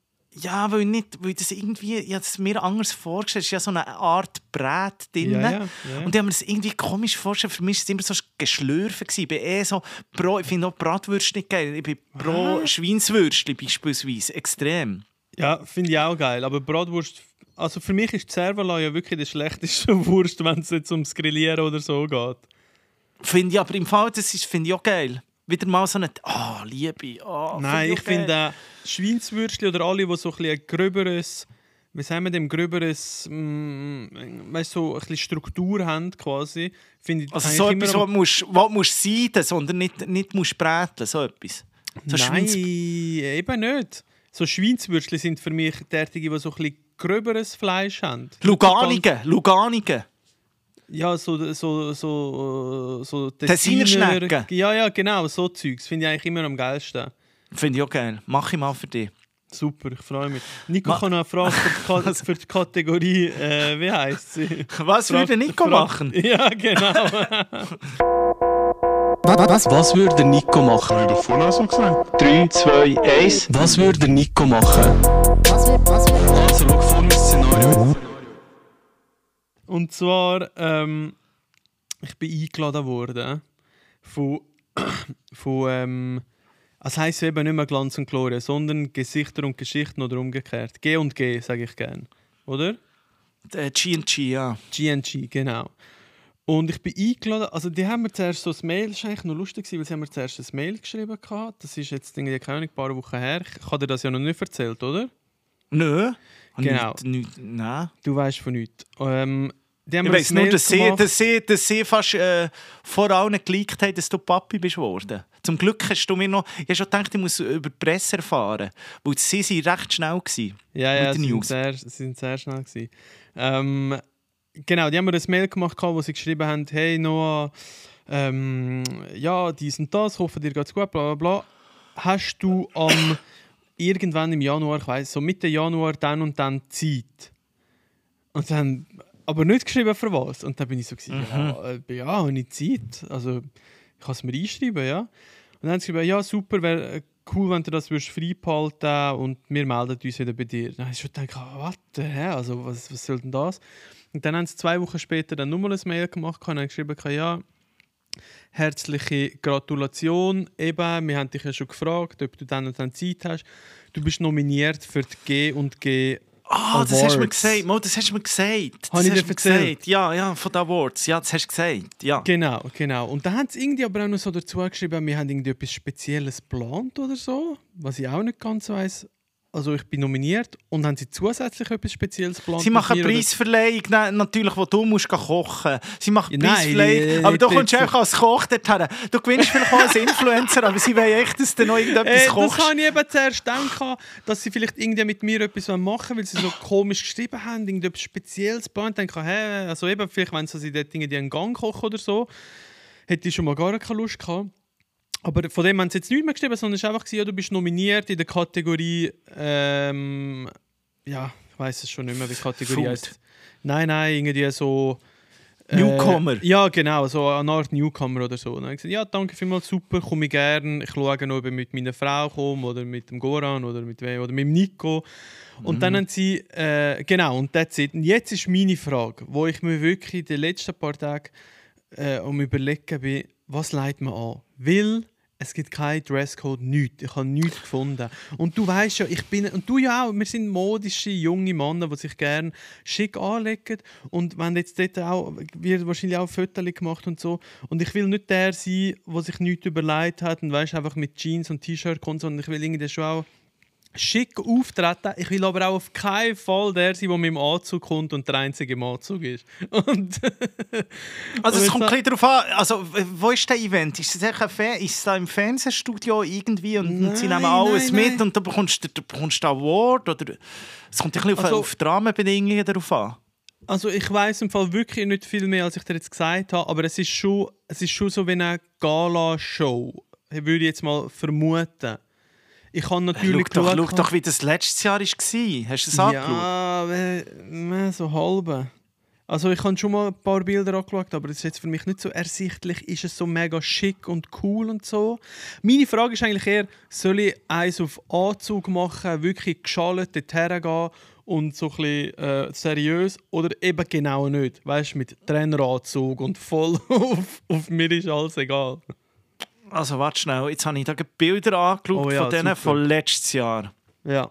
S4: Ja, weil, nicht, weil das irgendwie... Ich habe es mir anders vorgestellt. Es ist ja so eine Art Brät drin.
S2: Ja, ja, ja.
S4: Und ich habe mir das irgendwie komisch vorgestellt. Für mich war es immer so Geschlürfen. Ich bin eh so pro... Ich finde auch Bratwürste nicht geil. Ich bin pro
S2: Ah.
S4: Schweinswürste beispielsweise. Extrem.
S2: Ja, finde ich auch geil. Aber Bratwurst, also für mich ist die Cervela ja wirklich die schlechteste Wurst, wenn es jetzt ums Grillieren oder so geht.
S4: Finde ich aber im Fall, das ist, finde ich auch geil. Wieder mal so eine... Oh, Liebe. Oh,
S2: Nein, ich
S4: auch geil.
S2: finde äh, Schweinswürstchen oder alle, die so ein bisschen ein gröberes, wie sagen wir dem, gröberes, mm, weißt, so ein bisschen Struktur haben quasi, finde ich
S4: Also
S2: eigentlich
S4: so
S2: immer
S4: etwas,
S2: am-
S4: was du musst, was du musst seiden, sondern nicht, nicht musst bräteln, so etwas. So
S2: Nein,
S4: Schweins-
S2: eben nicht. So Schweinswürstchen sind für mich derartige, die so ein bisschen gröberes Fleisch haben.
S4: Luganigen, Luganigen.
S2: Ja, so, so, so, so
S4: Tessiner Schnecken.
S2: Ja, ja, genau, so Zeugs finde ich eigentlich immer am geilsten.
S4: Finde ich auch geil. Mach ich mal für dich.
S2: Super, ich freue mich. Nico,
S4: Ma-
S2: ich habe noch eine Frage für die, Ka für die Kategorie, äh, wie heisst sie?
S4: Was würde Nico
S2: Frag-
S4: machen?
S2: Ja, genau.
S1: Was, was würde Nico machen?
S3: Habe ich doch vorhin so gesagt.
S1: drei, zwei, eins. Was würde Nico machen? Also, schau vor mir das Szenario.
S2: Und zwar, ähm, ich bin eingeladen worden von, von ähm, das heisst eben nicht mehr Glanz und Gloria, sondern Gesichter und Geschichten oder umgekehrt. G und G, sage ich gerne. Oder?
S4: Äh, G und G, ja.
S2: G und G, genau. Und ich bin eingeladen, also die haben mir zuerst so ein Mail, das war eigentlich noch lustig, weil sie haben mir zuerst ein Mail geschrieben gehabt. Das ist jetzt irgendwie, keine Ahnung, ein paar Wochen her. Ich habe dir das ja noch nicht erzählt, oder?
S4: Nö.
S2: Genau.
S4: Nicht, nicht, nein.
S2: Du weißt von nichts. Ähm, die haben
S4: Ich
S2: mir
S4: weiss
S2: ein
S4: nur,
S2: Mail
S4: dass sie,
S2: gemacht.
S4: dass sie, dass sie fast äh, vor allen geleakt haben, dass du Papi bist worden. Zum Glück hast du mir noch... Ich habe schon gedacht, ich muss über die Presse erfahren. Weil sie waren recht schnell. Gewesen,
S2: Ja, ja,
S4: mit den
S2: sie sind,
S4: News.
S2: sehr, sie sind sehr schnell gewesen. Ähm, genau, die haben mir ein Mail gemacht, wo sie geschrieben haben, hey Noah, ähm, ja, dies und das, hoffe dir geht's gut, bla bla bla. Hast du am irgendwann im Januar, ich weiss, so Mitte Januar, dann und dann Zeit? Und dann, aber nicht geschrieben für was. Und dann bin ich so, gewesen, ja, äh, ja, habe ich Zeit. Also, ich kann es mir einschreiben, ja. Und dann haben sie gesagt, ja, super, wäre cool, wenn du das würdest frei behalten und wir melden uns wieder bei dir. Dann habe ich schon gedacht, was, hä? Also, was, was soll denn das? Und dann haben sie zwei Wochen später dann nochmal ein Mail gemacht und haben geschrieben, ja, herzliche Gratulation, eben, wir haben dich ja schon gefragt, ob du dann und dann Zeit hast. Du bist nominiert für die G und G
S4: Ah, das hast du mir
S2: Awards.
S4: gesagt. Mo, das hast du mir gesagt.
S2: Habe
S4: Das
S2: ich
S4: hast
S2: dir
S4: du mir
S2: erzählt?
S4: gesagt. Ja, ja, von den Awards. Ja, das hast du gesagt. Ja.
S2: Genau, genau. Und dann haben sie irgendwie aber auch noch so dazu geschrieben, wir haben irgendwie etwas Spezielles geplant oder so, was ich auch nicht ganz weiss, also ich bin nominiert und haben sie zusätzlich etwas Spezielles geplant?
S4: Sie machen Preisverleihung, na, natürlich, wo du musst kochen. Sie machen
S2: Ja,
S4: Preisverleihung,
S2: nein,
S4: aber du
S2: äh,
S4: kommst auch als Koch dorthin. Du gewinnst vielleicht auch als Influencer, aber sie wollen echt, dass du noch irgendetwas
S2: äh,
S4: kochst.
S2: Das habe ich eben zuerst gedacht, dass sie vielleicht irgendwie mit mir etwas machen wollen, weil sie so komisch geschrieben haben, irgendetwas Spezielles geplant. Ich denke, hey, also eben, vielleicht wenn sie dort irgendwie einen Gang kochen oder so, hätte ich schon mal gar keine Lust gehabt. Aber von dem haben sie jetzt nichts mehr geschrieben, sondern es war einfach, ja, du bist nominiert in der Kategorie, ähm, ja, ich weiss es schon nicht mehr, wie die Kategorie
S4: Food.
S2: heisst. Nein, nein, irgendwie so... Äh,
S4: Newcomer.
S2: Ja, genau, so eine Art Newcomer oder so. Und dann habe ich gesagt, ja, danke vielmals, super, komme ich gerne. Ich schaue noch, ob ich mit meiner Frau komme oder mit dem Goran oder mit wem oder mit dem Nico. Und
S4: Mhm.
S2: dann haben sie, äh, genau, und that's it. Und jetzt ist meine Frage, wo ich mir wirklich in den letzten paar Tagen äh, um überlegen bin, was leitet man an? Weil es gibt keinen Dresscode, nichts. Ich habe nichts gefunden. Und du weißt ja, ich bin, und du ja auch, wir sind modische, junge Männer, die sich gerne schick anlegen. Und wenn jetzt dort auch, wird wahrscheinlich auch Fotos gemacht und so. Und ich will nicht der sein, der sich nichts überlegt hat und weißt, einfach mit Jeans und T-Shirt kommt, sondern ich will irgendwie schon auch schick auftreten. Ich will aber auch auf keinen Fall der sein, der mit dem Anzug kommt und der einzige im Anzug ist. Und
S4: Also
S2: und
S4: es kommt
S2: jetzt-
S4: ein bisschen darauf an, also wo ist der Event? Ist es, ein Fe- ist es da im Fernsehstudio irgendwie und
S2: Nein,
S4: sie nehmen alles
S2: nein,
S4: mit
S2: nein.
S4: und du bekommst, du bekommst den Award? Oder es kommt ein bisschen auf,
S2: Also-
S4: auf die Rahmenbedingungen darauf an.
S2: Also ich weiss im Fall wirklich nicht viel mehr, als ich dir jetzt gesagt habe, aber es ist schon, es ist schon so wie eine Gala-Show, würde ich jetzt mal vermuten. Ich habe natürlich
S4: Schau doch, schau
S2: geschaut-
S4: doch, wie das letztes Jahr war. Hast du das angeschaut?
S2: Ja, äh, äh, so halbe. Also ich habe schon mal ein paar Bilder angeschaut, aber das ist jetzt für mich nicht so ersichtlich. Ist es so mega schick und cool und so? Meine Frage ist eigentlich eher, soll ich eins auf Anzug machen, wirklich geschallt dorthin gehen und so ein bisschen äh, seriös oder eben genau nicht? Weißt du, mit Traineranzug und voll auf, auf mir ist alles egal.
S4: Also warte schnell, jetzt habe ich da Bilder angeschaut
S2: Oh ja,
S4: von denen
S2: super.
S4: von letztes Jahr.
S2: Ja.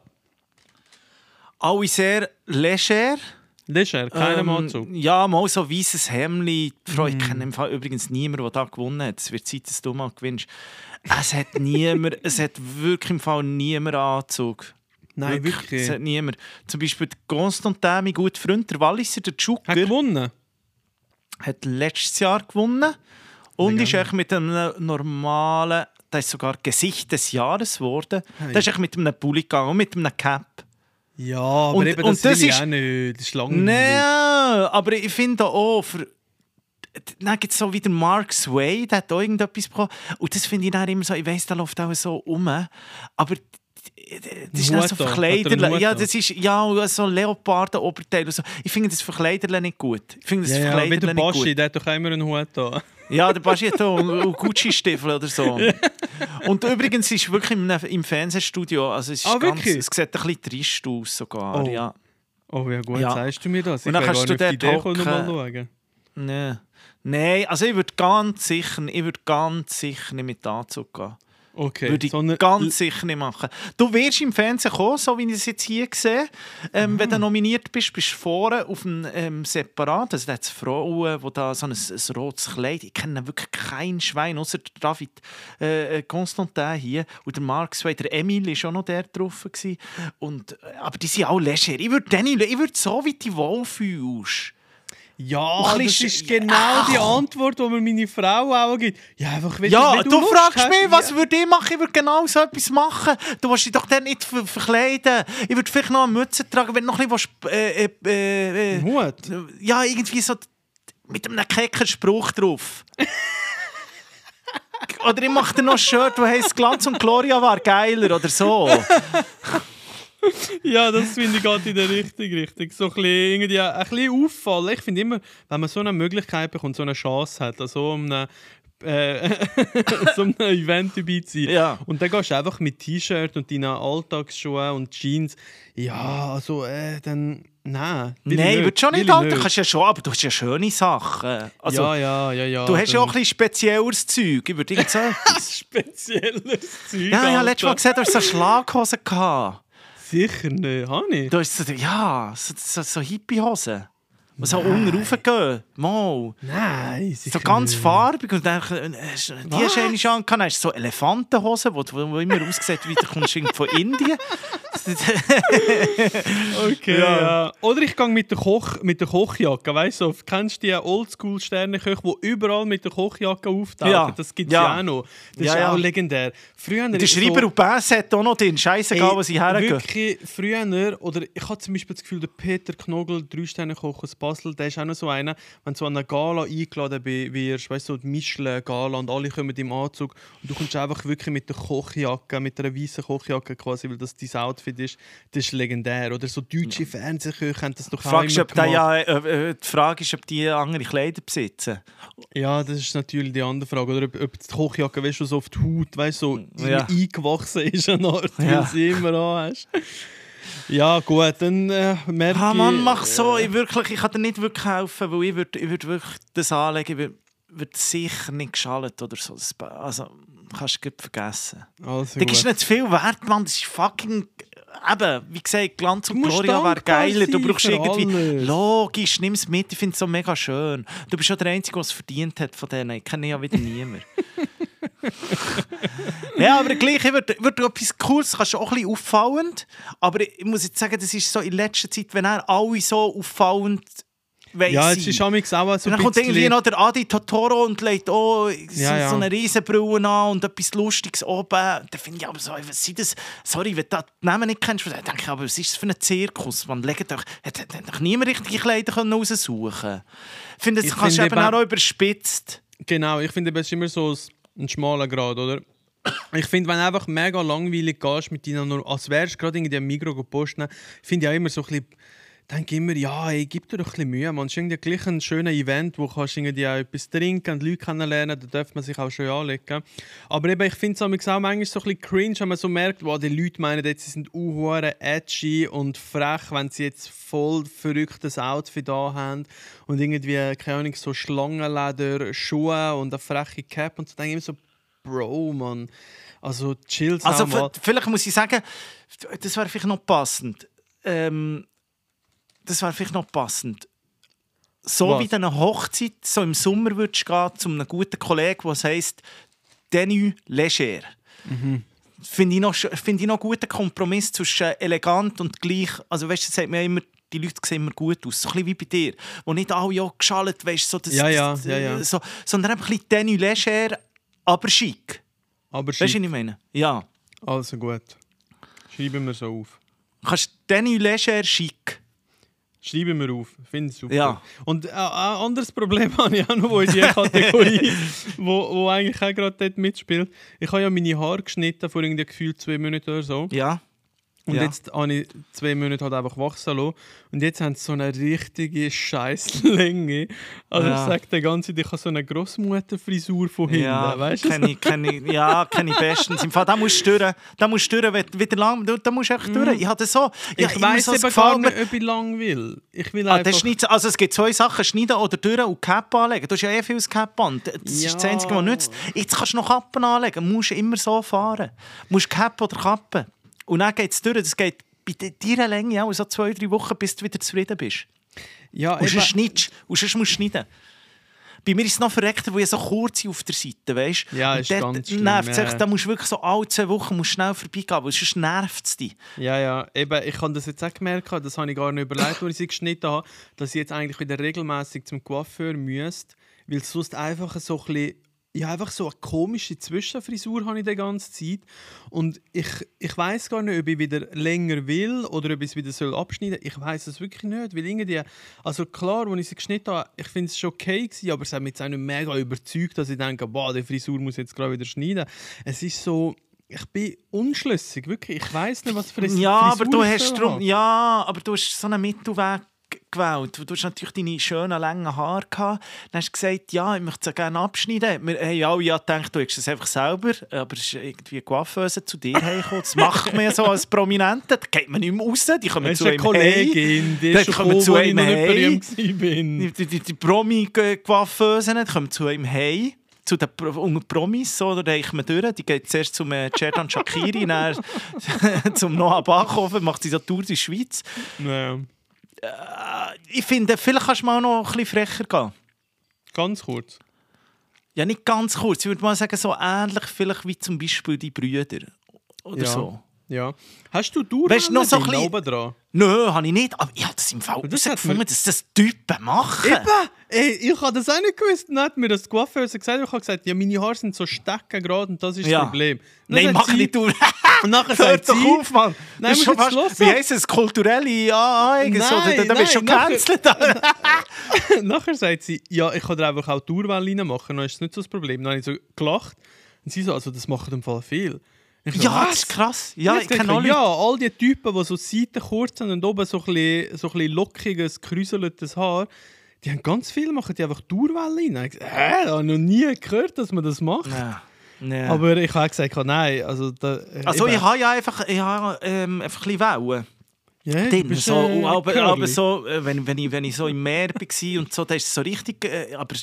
S4: Alle sehr leger.
S2: Leger, keinem
S4: Ähm,
S2: Anzug.
S4: Ja, mal so weißes Hemdli. Die Frau, ich
S2: Mm.
S4: kenne im Fall übrigens niemanden, der da gewonnen hat. Es wird Zeit, dass du mal gewinnst. Es hat niemand, es hat wirklich im Fall niemand Anzug.
S2: Nein, wirklich.
S4: Es hat niemand. Zum Beispiel der Constantin, mein guter Freund, der Walliser, der
S2: Hat
S4: Tschucker,
S2: gewonnen.
S4: hat letztes Jahr gewonnen. Und
S2: Mega.
S4: ist echt mit einem normalen, das ist sogar Gesicht des Jahres geworden.
S2: Hey.
S4: Der ist echt mit einem Pulli gegangen und mit einem Cap.
S2: Ja, aber
S4: Und-
S2: eben
S4: und
S2: das,
S4: das
S2: will ich
S4: ist-
S2: auch nicht. Das ist langweilig.
S4: Nein, aber ich finde auch, für, dann gibt es so wieder Mark Sway, der hat auch irgendetwas bekommen. Und das finde ich dann immer so, ich weiss, der läuft auch so um. Aber das ist dann so
S2: Hut an. Hat er einen
S4: Verkleiderle.
S2: Hut
S4: Ja,
S2: an?
S4: das ist ja so Leoparden-Oberteil. Und so. Ich finde das Verkleiderle nicht gut. Ich finde das
S2: Ja, ja, wie
S4: Verkleiderle
S2: der
S4: nicht
S2: Baschi,
S4: gut.
S2: der hat doch immer einen Hut an.
S4: Ja, der Baschi hat auch und Gucci-Stiefel oder so. Und übrigens ist es wirklich im, im Fernsehstudio, also es, ist
S2: Ah,
S4: ganz,
S2: wirklich?
S4: es sieht ein bisschen trist aus sogar.
S2: Oh.
S4: Ja.
S2: Oh ja gut,
S4: Ja.
S2: sagst du mir das? Ich
S4: Und dann
S2: wäre
S4: kannst
S2: gar
S4: du
S2: nicht auf die Idee
S4: dort
S2: gekommen, mal
S4: hocken.
S2: schauen.
S4: Nein. Nein, also ich würde ganz sicher, ich würde ganz sicher nicht mit Anzug gehen.
S2: Okay,
S4: Würde ich
S2: sondern-
S4: ganz sicher nicht machen. Du wirst im Fernsehen kommen, so wie ich es jetzt hier sehe. Ähm, Wenn du nominiert bist, bist du vorne auf einem ähm, Separat. Also da hat es Frauen, die da so ein, ein rotes Kleid... Ich kenne wirklich kein Schwein, außer David äh, äh, Constantin hier. Und der Mark Sway, der Emil war auch noch der drauf. Gewesen. Und, äh, aber die sind auch leger. Ich würde würd so, wie du dich wohlfühlst.
S2: Ja,
S4: ein
S2: das
S4: bisschen
S2: ist
S4: sch-
S2: genau die
S4: Ach.
S2: Antwort, die mir meine Frau auch gibt. Ja, einfach, wenn
S4: Ja,
S2: wenn
S4: du,
S2: Lust
S4: fragst
S2: hast,
S4: mich, was
S2: ja.
S4: würde ich machen? Ich würde genau so etwas machen. Du willst dich doch dann nicht ver verkleiden. Ich würde vielleicht noch eine Mütze tragen, wenn du noch ein bisschen willst, äh, äh, äh,
S2: Ein Hut?
S4: ja, irgendwie so mit einem kecken Spruch drauf. Oder ich mache dir noch ein Shirt, das heisst «Glanz und Gloria war geiler» oder so.
S2: Ja, das finde ich gerade in der richtigen Richtung. So ein bisschen, irgendwie, ein bisschen auffallen. Ich finde immer, wenn man so eine Möglichkeit bekommt, so eine Chance hat, also um eine, äh, so einem Event dabei zu sein.
S4: Ja.
S2: Und dann gehst du einfach mit T-Shirt und deinen Alltagsschuhen und Jeans. Ja, also, äh, dann, nein. will
S4: Nein, ich
S2: nicht,
S4: würde schon
S2: will
S4: nicht
S2: ich
S4: halten. Kannst ja schon, aber du hast ja schöne Sachen. Also,
S2: ja, ja, ja, ja.
S4: du hast ja auch
S2: dann-
S4: ein bisschen spezielleres Zeug. Ich würde irgend so etwas.
S2: spezielles Zeug.
S4: Ja, ich habe
S2: Alter.
S4: letztes Mal gesehen, du hast so Schlaghosen gehabt.
S2: Sicher nicht, habe ich?
S4: Du hast so, ja, so, so, so Hippie-Hosen. die so unten raufgehen. Mal.
S2: Nein,
S4: so ganz nicht. Farbig. Und dann, die hast du eine Chance, dann hast du so Elefantenhosen, die immer aussieht, wie du kommst von Indien.
S2: Okay, ja. ja. Oder ich gehe mit der, Koch, mit der Kochjacke. Weißt du, kennst du die Oldschool-Sterneköche, die überall mit der Kochjacke auftauchen?
S4: Ja.
S2: Das gibt es ja. ja auch noch. Das
S4: ja,
S2: ist
S4: ja.
S2: auch legendär. Früher
S4: der Schreiber so, und Bass hat auch noch den. Scheißegal, was ich hergehe.
S2: Wirklich, früher, oder ich habe zum Beispiel das Gefühl, der Peter Knogel, Drei-Sterne-Koch aus Basel, der ist auch noch so einer, wenn du so an einer Gala eingeladen wirst, weißt du, so die Michelin-Gala und alle kommen im Anzug und du kommst einfach wirklich mit der Kochjacke, mit einer weißen Kochjacke quasi, weil das dein Outfit ist, das ist legendär. Oder so deutsche Fernsehköche haben das doch auch
S4: Fragst,
S2: immer
S4: ob gemacht. Ja, äh, die Frage ist, ob die andere Kleider besitzen.
S2: Ja, das ist natürlich die andere Frage. Oder ob, ob die Kochjacke, weißt du, so auf die Haut, weißt du, so ja. eingewachsen ist, eine Art, ja. weil sie immer an hast. Ja, gut, dann äh, merke ich...
S4: Ah, Mann, mach so. Ich, wirklich, ich kann dir nicht wirklich helfen, weil ich würde ich würd wirklich das anlegen. Ich würde würd sicher nicht geschadet oder so. Also, kannst du es vergessen.
S2: Also
S4: das ist nicht zu viel wert, Mann. Das ist fucking... Eben, wie gesagt, Glanz und Gloria wäre geiler. Du brauchst irgendwie...
S2: Alles.
S4: Logisch, nimm es mit. Ich finde es so mega schön. Du bist schon der Einzige, der es verdient hat von denen. Ich kenne ja wieder niemand. Ja, aber gleich wird, wird etwas Cooles, kannst du auch ein bisschen auffallend. Aber ich muss jetzt sagen, das ist so in letzter Zeit, wenn er alle so auffallend weiss.
S2: Ja, es ist auch so ein
S4: dann kommt irgendwie noch der Adi Totoro und legt oh, so,
S2: ja, ja.
S4: so eine Riesenbrille an und etwas Lustiges oben. Da finde ich aber so, was ist das? Sorry, wenn du das Namen nicht kennst, dann denke ich, aber was ist das für ein Zirkus? Man legt doch, hat, hat, hat doch niemand richtige Kleider raussuchen können. Ich finde, das ich kannst du eben auch überspitzt.
S2: Genau, ich finde, es ist immer so ein schmaler Grad, oder? Ich finde, wenn du einfach mega langweilig gehst mit ihnen, nur als wärst du gerade in dem Migros posten, finde ich auch immer so ein bisschen, denke immer, ja, ey, gib dir doch ein bisschen Mühe. Man ist irgendwie gleich ein schönes Event, wo kannst du irgendwie auch etwas trinken und Leute kennenlernen, da darf man sich auch schon anlegen. Aber eben, ich finde es auch manchmal so ein bisschen cringe, wenn man so merkt, wow, die Leute meinen jetzt, sie sind uh, edgy und frech, wenn sie jetzt voll verrücktes Outfit da haben und irgendwie, keine Ahnung, so Schlangenleder, Schuhe und eine freche Cap und so, denke ich immer so, Bro, Mann. Also chill's
S4: also,
S2: auch mal.
S4: Vielleicht muss ich sagen, das wäre vielleicht noch passend. Ähm, das wäre vielleicht noch passend. So Was? Wie du eine Hochzeit so im Sommer würdest gehen zu einem guten Kollegen, der heisst Tenue légère.
S2: Mhm.
S4: Finde ich noch, find ich noch einen guten Kompromiss zwischen elegant und gleich. Also weißt du, das sagt mir immer, die Leute sehen immer gut aus. So ein bisschen wie bei dir. Wo nicht alle ja geschaltet, weißt so, das,
S2: ja, ja,
S4: das,
S2: ja, ja.
S4: So, sondern einfach ein bisschen Tenue légère, aber schick.
S2: Aber schick.
S4: Weißt du, was ich meine? Ja.
S2: Also gut. Schreiben wir so auf.
S4: Kannst Tenue légère schick.
S2: Schreiben wir auf. Finde ich super.
S4: Ja.
S2: Und äh, ein anderes Problem habe ich auch noch, wo in dieser Kategorie, wo, wo eigentlich auch gerade dort mitspielt. Ich habe ja meine Haare geschnitten vor irgendwie gefühlt zwei Monaten oder so.
S4: Ja.
S2: Und
S4: ja.
S2: jetzt habe ich zwei Monate halt einfach wachsen lassen. Und jetzt haben sie so eine richtige Scheisslänge. Also ja. ich sage dir ganz ehrlich, ich habe so eine Grossmutterfrisur von hinten.
S4: Ja,
S2: weißt du?
S4: Kenn ich, kenn ich, ja, kenne ich bestens. Im Fall, da musst du durch. Da musst du durch, wieder lang, da musst du echt mm. durch. Ich hatte so...
S2: Ich, ich weiss so eben gar nicht, ob ich lang will. Ich will ah, einfach...
S4: das nicht, also es gibt zwei Sachen, schneiden oder durch und Cap anlegen. Du hast ja eh viel Cap an. Das ja. ist das Einzige, was nützt. Jetzt kannst du noch Kappen anlegen. Du musst immer so fahren. Du musst Cap oder Kappe. Und dann geht es durch. Das geht bei deiner Länge auch so zwei, drei Wochen, bis du wieder zufrieden bist.
S2: Ja,
S4: und sonst schneidest und sonst musst du schneiden. Bei mir ist es noch verreckter, wo ich so kurz auf der Seite, weißt?
S2: Ja, ist ganz schlimm.
S4: Nervt
S2: ja.
S4: Da musst du wirklich so alle zwei Wochen musst schnell vorbeigehen, aber sonst nervt es dich.
S2: Ja, ja. Eben, ich habe das jetzt auch gemerkt, das habe ich gar nicht überlegt, als ich sie geschnitten habe, dass ich jetzt eigentlich wieder regelmäßig zum Coiffeur müsste, weil sonst einfach so ein bisschen... Ja, einfach so eine komische Zwischenfrisur habe ich die ganze Zeit. Und ich, ich weiss gar nicht, ob ich wieder länger will oder ob ich es wieder soll abschneiden soll. Ich weiss es wirklich nicht. Weil irgendwie, also klar, als ich sie geschnitten habe, ich finde es schon okay gewesen, aber es hat mich jetzt auch nicht mega überzeugt, dass ich denke, boah, die Frisur muss ich jetzt gerade wieder schneiden. Es ist so... Ich bin unschlüssig, wirklich. Ich weiss nicht, was für eine
S4: ja,
S2: Frisur
S4: aber du hast drum, Ja, aber du hast so einen Mittelweg gewählt. Du hast natürlich deine schönen, langen Haare gehabt. Dann hast du gesagt, ja, ich möchte es gerne abschneiden. Wir haben alle ja gedacht, du hättest es einfach selber, aber es ist irgendwie eine Coiffeuse zu dir hergekommen. Das macht man ja so als Prominente. Da geht man nicht mehr raus. Die kommen zu einem
S2: Kollegin, die
S4: ist kommen zu einem
S2: Hey.
S4: Die, die, die, die Promi-Coiffeusen kommen zu einem Hey. Zu den Pro- Promis, oder reichen wir durch. Die geht zuerst zum äh, Cerdan Shaqiri, dann zum Noah Bachhofer, macht sie so Tour in die Schweiz.
S2: Ja.
S4: äh, ich finde, vielleicht kannst du mal noch ein bisschen frecher gehen.
S2: Ganz kurz.
S4: Ja, nicht ganz kurz. Ich würde mal sagen, so ähnlich vielleicht wie zum Beispiel die Brüder. Oder
S2: ja.
S4: so.
S2: Ja. Hast du Dauerwellen
S4: Weißt du, noch so ein bisschen-
S2: oben dran?
S4: Nö, habe ich nicht. Aber ich habe das im Fall
S2: Das hat
S4: herausgefunden,
S2: mir-
S4: dass das Typen machen.
S2: Eben! Ey, ich habe das auch nicht gewusst. Dann hat mir das Coiffeuse gesagt. Ich habe gesagt, ja, meine Haare sind so stecken gerade und das ist
S4: Ja.
S2: das Problem. Dann
S4: Nein,
S2: sagt
S4: mach
S2: sie-
S4: nicht du.
S2: Und nachher
S4: Hör
S2: sagt
S4: doch
S2: sie...
S4: auf, Mann.
S2: Nein,
S4: Das ist
S2: musst
S4: schon
S2: jetzt
S4: fast,
S2: hören.
S4: wie heisst es? Kulturelle Aneigen? So,
S2: Nein,
S4: da, da bist du schon
S2: nein, nachher-
S4: gecancelt.
S2: Nachher sagt sie, ja, ich kann dir einfach auch Dauerwellen reinmachen, dann ist es nicht so das Problem. Dann habe ich so gelacht und sie so, also das machen im Fall viel. Ich so,
S4: Ja,
S2: was?
S4: das ist krass. Ja,
S2: Und
S4: ich
S2: ich
S4: kenne
S2: denke,
S4: alle.
S2: ja, all die Typen, die so Seiten kurz sind und oben so ein bisschen, so ein bisschen lockiges, gekräuseltes Haar, die haben ganz viel, machen die einfach Dauerwellen rein. Ich so, hä, ich habe noch nie gehört, dass man das macht.
S4: Ja. Ja.
S2: Aber ich habe auch gesagt, nein, also... Da,
S4: Also
S2: eben.
S4: ich habe ja einfach, ich habe, ähm, einfach ein bisschen Wellen.
S2: ja, du
S4: Drin,
S2: bist,
S4: so,
S2: äh,
S4: aber,
S2: curly.
S4: aber so, äh, wenn, wenn, ich, wenn ich so im Meer war und so, da ist es so richtig... Äh, aber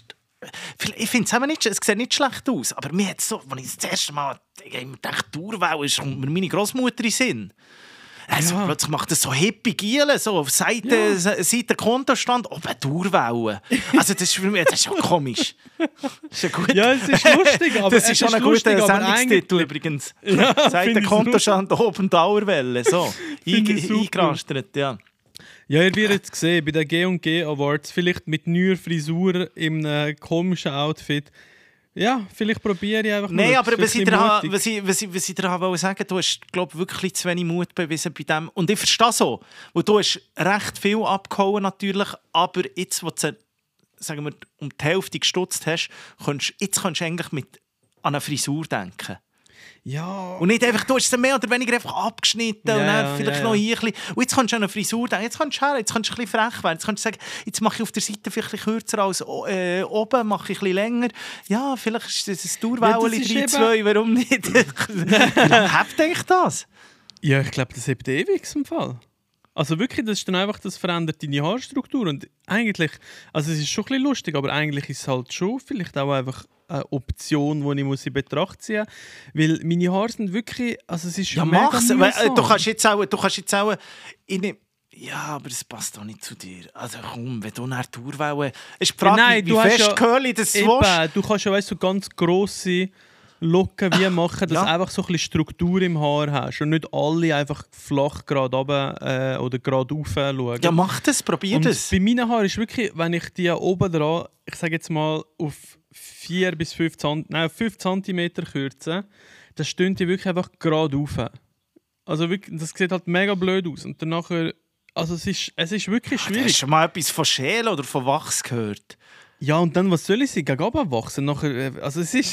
S4: ich finde es eben nicht, es sieht nicht schlecht aus. Aber mir hat so, als ich das erste Mal ich habe mir gedacht, Dauerwelle, ist, kommt mir meine Großmutter in den Sinn. Also,
S2: Ja.
S4: plötzlich macht das so hippie Giele, so auf Seite,
S2: Ja.
S4: Seite Kontostand, oben Dauerwelle. Also das ist für mich, das ist schon komisch. Das ist ja gut.
S2: Ja, es ist lustig, aber
S4: das
S2: es
S4: ist schon
S2: ist
S4: ein
S2: lustig,
S4: guter
S2: aber
S4: Sendungstitel
S2: eigentlich-
S4: übrigens.
S2: Ja,
S4: Seite
S2: finde ich
S4: Kontostand, oben Dauerwelle. So,
S2: Finde ich
S4: Einge-
S2: super.
S4: eingerastert, ja.
S2: Ja, ihr werdet es sehen, bei den G und G Awards, vielleicht mit neuer Frisur in einem komischen Outfit. Ja, vielleicht probiere ich einfach
S4: Nein,
S2: mal
S4: aber
S2: etwas,
S4: was ich,
S2: ein
S4: dir,
S2: bisschen
S4: ha-
S2: mutig.
S4: was ich, was ich, was ich dir wollte sagen, du hast, glaube ich, wirklich zu wenig Mut bewiesen bei dem. Und ich verstehe so, weil du hast recht viel abgehauen natürlich, aber jetzt, wo du, sagen wir, um die Hälfte gestutzt hast, kannst, jetzt kannst du eigentlich mit an eine Frisur denken.
S2: Ja,
S4: Und nicht einfach, du hast es mehr oder weniger einfach abgeschnitten
S2: Ja,
S4: und dann
S2: ja,
S4: vielleicht
S2: ja,
S4: noch
S2: ja.
S4: hier ein bisschen. Und jetzt kannst du an eine Frisur denken, jetzt kannst du her, jetzt kannst du ein bisschen frech werden, jetzt kannst du sagen, jetzt mache ich auf der Seite vielleicht ein bisschen kürzer als äh, oben, mache ich ein bisschen länger. Ja, vielleicht ist das ein Dauerwelle
S2: Ja, das ist
S4: drei
S2: eben-
S4: zwei, warum nicht? Wie lange habt ihr das?
S2: ja, ich glaube, das hebt ewig im Fall. Also wirklich, das ist dann einfach, das verändert deine Haarstruktur. Und eigentlich, also es ist schon ein bisschen lustig, aber eigentlich ist es halt schon vielleicht auch einfach eine Option, die ich muss in Betracht ziehen muss. Weil meine Haare sind wirklich, also es ist
S4: Ja,
S2: mega
S4: mach's. Weil, äh,
S2: mühsam.
S4: Du kannst jetzt auch, du kannst jetzt auch in dem- ja, aber es passt doch nicht zu dir. Also komm, wenn du nach Dauerwelle... Es ist die Frage,
S2: Nein,
S4: wie
S2: du hast
S4: fest
S2: ja-
S4: Curly das du willst.
S2: Eben, du kannst ja weißt, so ganz grosse Locken wie machen, dass
S4: Ja.
S2: du einfach so ein bisschen Struktur im Haar hast und nicht alle einfach flach gerade runter äh, oder gerade rauf schauen.
S4: Ja, mach das, probier
S2: Und
S4: das.
S2: bei meinen Haaren ist wirklich, wenn ich die oben dran, ich sage jetzt mal auf vier bis fünf Zentimeter kürze, dann stehen die wirklich einfach gerade rauf. Also wirklich, das sieht halt mega blöd aus. Und danach, also es ist, es ist wirklich
S4: Hast du
S2: schwierig.
S4: schon mal etwas von Schälen oder von Wachs gehört?
S2: Ja, und dann, was soll ich sagen? Gegen oben wachsen? Nachher, äh, also es ist,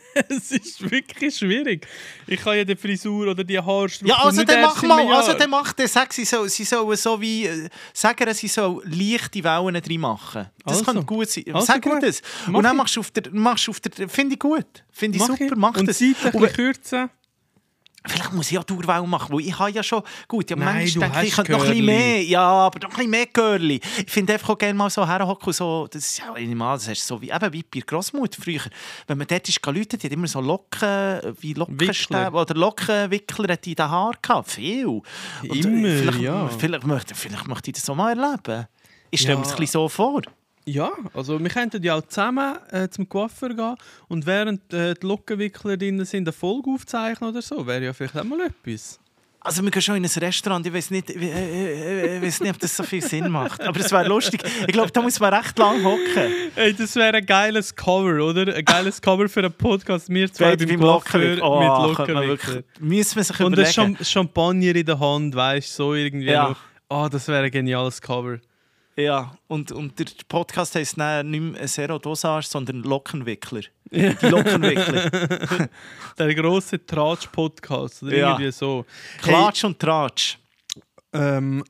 S2: es ist wirklich schwierig. Ich kann ja die Frisur oder die Haarstruktur
S4: Ja, also
S2: nicht
S4: dann
S2: erst
S4: mach
S2: in
S4: mal,
S2: einem
S4: also
S2: Jahr.
S4: dann mach das, sag, sie sollen sie soll so wie, äh, sagen, sie soll leichte Wellen drin machen. Das
S2: Also.
S4: kann gut sein.
S2: Also
S4: Sag
S2: gut.
S4: mir das.
S2: Mach
S4: Und dann
S2: ich.
S4: machst du auf der, machst du auf der, finde ich gut. Finde ich
S2: Mach
S4: super, mach
S2: und
S4: das.
S2: die Seite ein
S4: Und
S2: bisschen kürzen.
S4: vielleicht muss ich ja Dauerwelle machen, weil ich habe ja schon, gut, ja,
S2: Nein,
S4: manchmal
S2: du
S4: denke ich, ich
S2: hast
S4: könnte noch ein bisschen
S2: Curly.
S4: mehr, ja, aber noch ein bisschen mehr Curly. Ich finde einfach auch gerne mal so herhocken und so, das ist ja mal, das ist so wie, eben wie bei der Grossmutter früher. Wenn man dort ist geläutet, die hat immer so Locken, wie Lockenstäbe oder Lockenwickler hat die in den Haaren gehabt, viel. Und
S2: Immer,
S4: vielleicht,
S2: ja.
S4: Vielleicht möchte, vielleicht möchte ich das auch mal erleben. Ich stelle
S2: Ja.
S4: mir das ein bisschen so vor.
S2: Ja, also wir könnten ja auch zusammen äh, zum Coiffeur gehen und während äh, die Lockenwickler drin sind, eine Folge aufzeichnen oder so. Wäre ja vielleicht auch mal etwas.
S4: Also wir gehen schon in ein Restaurant, ich weiß nicht, ich, äh, ich weiß nicht, ob das so viel Sinn macht. Aber es wäre lustig. Ich glaube, da muss man recht lang hocken.
S2: Ey, das wäre ein geiles Cover, oder? Ein geiles Cover für einen Podcast. Wir zwei
S4: Beide
S2: beim
S4: beim
S2: Coiffeur
S4: Lockenwickler. Oh,
S2: mit
S4: könnte man
S2: Lockenwickler.
S4: wirklich- Müssen wir sich
S2: Und ein
S4: überlegen.
S2: Cham Champagner in der Hand, weißt du, so irgendwie.
S4: Ja.
S2: noch. Oh, das wäre ein geniales Cover.
S4: Ja, und, und der Podcast heisst dann nicht mehr Zero Dosage, sondern Lockenwickler. Die Lockenwickler.
S2: Der grosse Tratsch-Podcast oder
S4: Ja.
S2: irgendwie so.
S4: Klatsch und Tratsch.
S2: Ähm,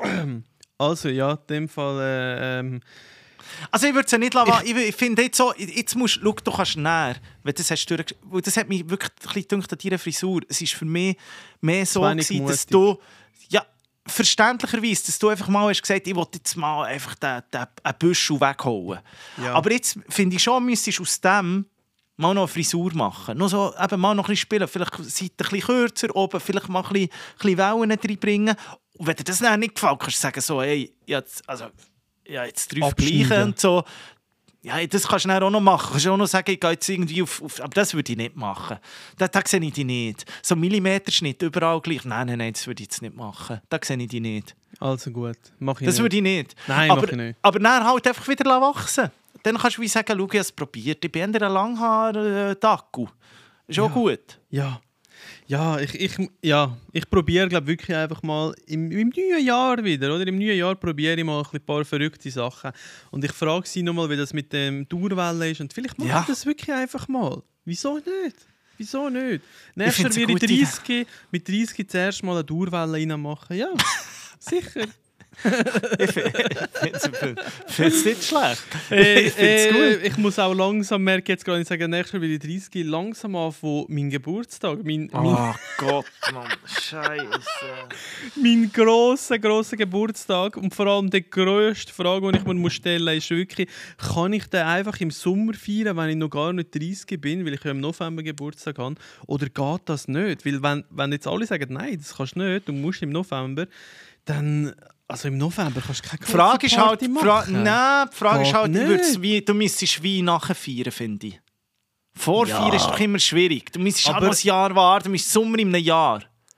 S2: also ja, in dem Fall. Äh, ähm,
S4: Also ich würde es ja nicht lassen. Ich, ich finde jetzt so, jetzt musst du, du kannst näher, weil das hast du durch, weil das hat mich wirklich ein bisschen gedacht an deiner Frisur. Es ist für mich mehr so
S2: wenig
S4: gewesen, dass
S2: mutig.
S4: du, ja, verständlicherweise, dass du einfach mal hast gesagt, ich will jetzt mal einfach den, den, einen Büschel wegholen.
S2: Ja.
S4: Aber jetzt finde ich schon, müsstest du aus dem mal noch eine Frisur machen. Noch so, eben mal noch ein bisschen spielen. Vielleicht Seite ein bisschen kürzer, oben vielleicht mal ein bisschen, ein bisschen Wellen reinbringen. Und wenn dir das dann nicht gefällt, kannst du sagen, so, hey, jetzt, also, ja, jetzt drei
S2: Abschneiden.
S4: vergleichen und so. Ja, das kannst du dann auch noch machen. Du kannst auch noch sagen, ich gehe jetzt irgendwie auf... auf aber das würde ich nicht machen. Da, da sehe ich dich nicht. So Millimeterschnitt, überall gleich. Nein, nein, nein, das würde ich jetzt nicht machen. Da sehe ich dich nicht.
S2: Also gut, mach ich
S4: Das
S2: nicht.
S4: würde ich nicht.
S2: Nein,
S4: aber,
S2: mach ich nicht.
S4: Aber dann halt einfach wieder wachsen. Dann kannst du wie sagen, schau, ich habe es probiert. Ich bin eher ein Langhaar-Dackel. Ist auch
S2: Ja.
S4: gut.
S2: Ja. Ja, ich, ich, ja, ich probiere glaube wirklich einfach mal im, im neuen Jahr wieder, oder? Im neuen Jahr probiere ich mal ein paar verrückte Sachen. Und ich frage sie nochmal, wie das mit dem Dauerwelle ist. Und vielleicht mache
S4: Ja.
S2: ich das wirklich einfach mal. Wieso nicht? Wieso nicht?
S4: find's
S2: Nächstes
S4: eine
S2: Jahr werde
S4: gute
S2: ich dreißig, mit dreißig zuerst mal eine Dauerwelle reinmachen. Ja, sicher.
S4: Ich finde es nicht schlecht.
S2: Äh,
S4: Ich finde es
S2: äh,
S4: gut.
S2: ich muss auch langsam merken, jetzt gerade, ich sage, nächstes Jahr werde ich dreißig, langsam anfangen, mein Geburtstag, mein, mein,
S4: Oh Gott, Mann. Scheiße.
S2: mein grosser, grosser Geburtstag. Und vor allem die grösste Frage, die ich mir muss stellen muss, ist wirklich, kann ich den einfach im Sommer feiern, wenn ich noch gar nicht dreißig bin, weil ich ja im November Geburtstag habe? Oder geht das nicht? Weil wenn, wenn jetzt alle sagen, nein, das kannst du nicht, du musst im November, dann... Also im November kannst du keine
S4: Die Frage ist halt,
S2: Party
S4: Fra
S2: machen.
S4: nein, die Frage
S2: Geht
S4: ist halt,
S2: nicht.
S4: ich würd's wie, du müsstest wie nachher feiern, finde ich. Vorfeiern
S2: Ja.
S4: ist doch immer schwierig. Du müsstest halt
S2: Aber-
S4: noch ein Jahr warten, du müsstest Sommer in einem Jahr.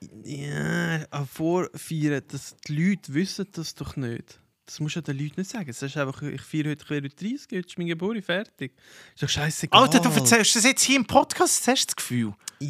S2: Ja, aber vorfeiern, dass die Leute wissen das doch nicht. Das musst du den Leuten nicht sagen. Das ist einfach, ich feiere heute, ich werde dreißig, heute ist mein Geburt fertig. Ist doch scheissegal.
S4: Alter, du erzählst das jetzt hier im Podcast, hast du das Gefühl?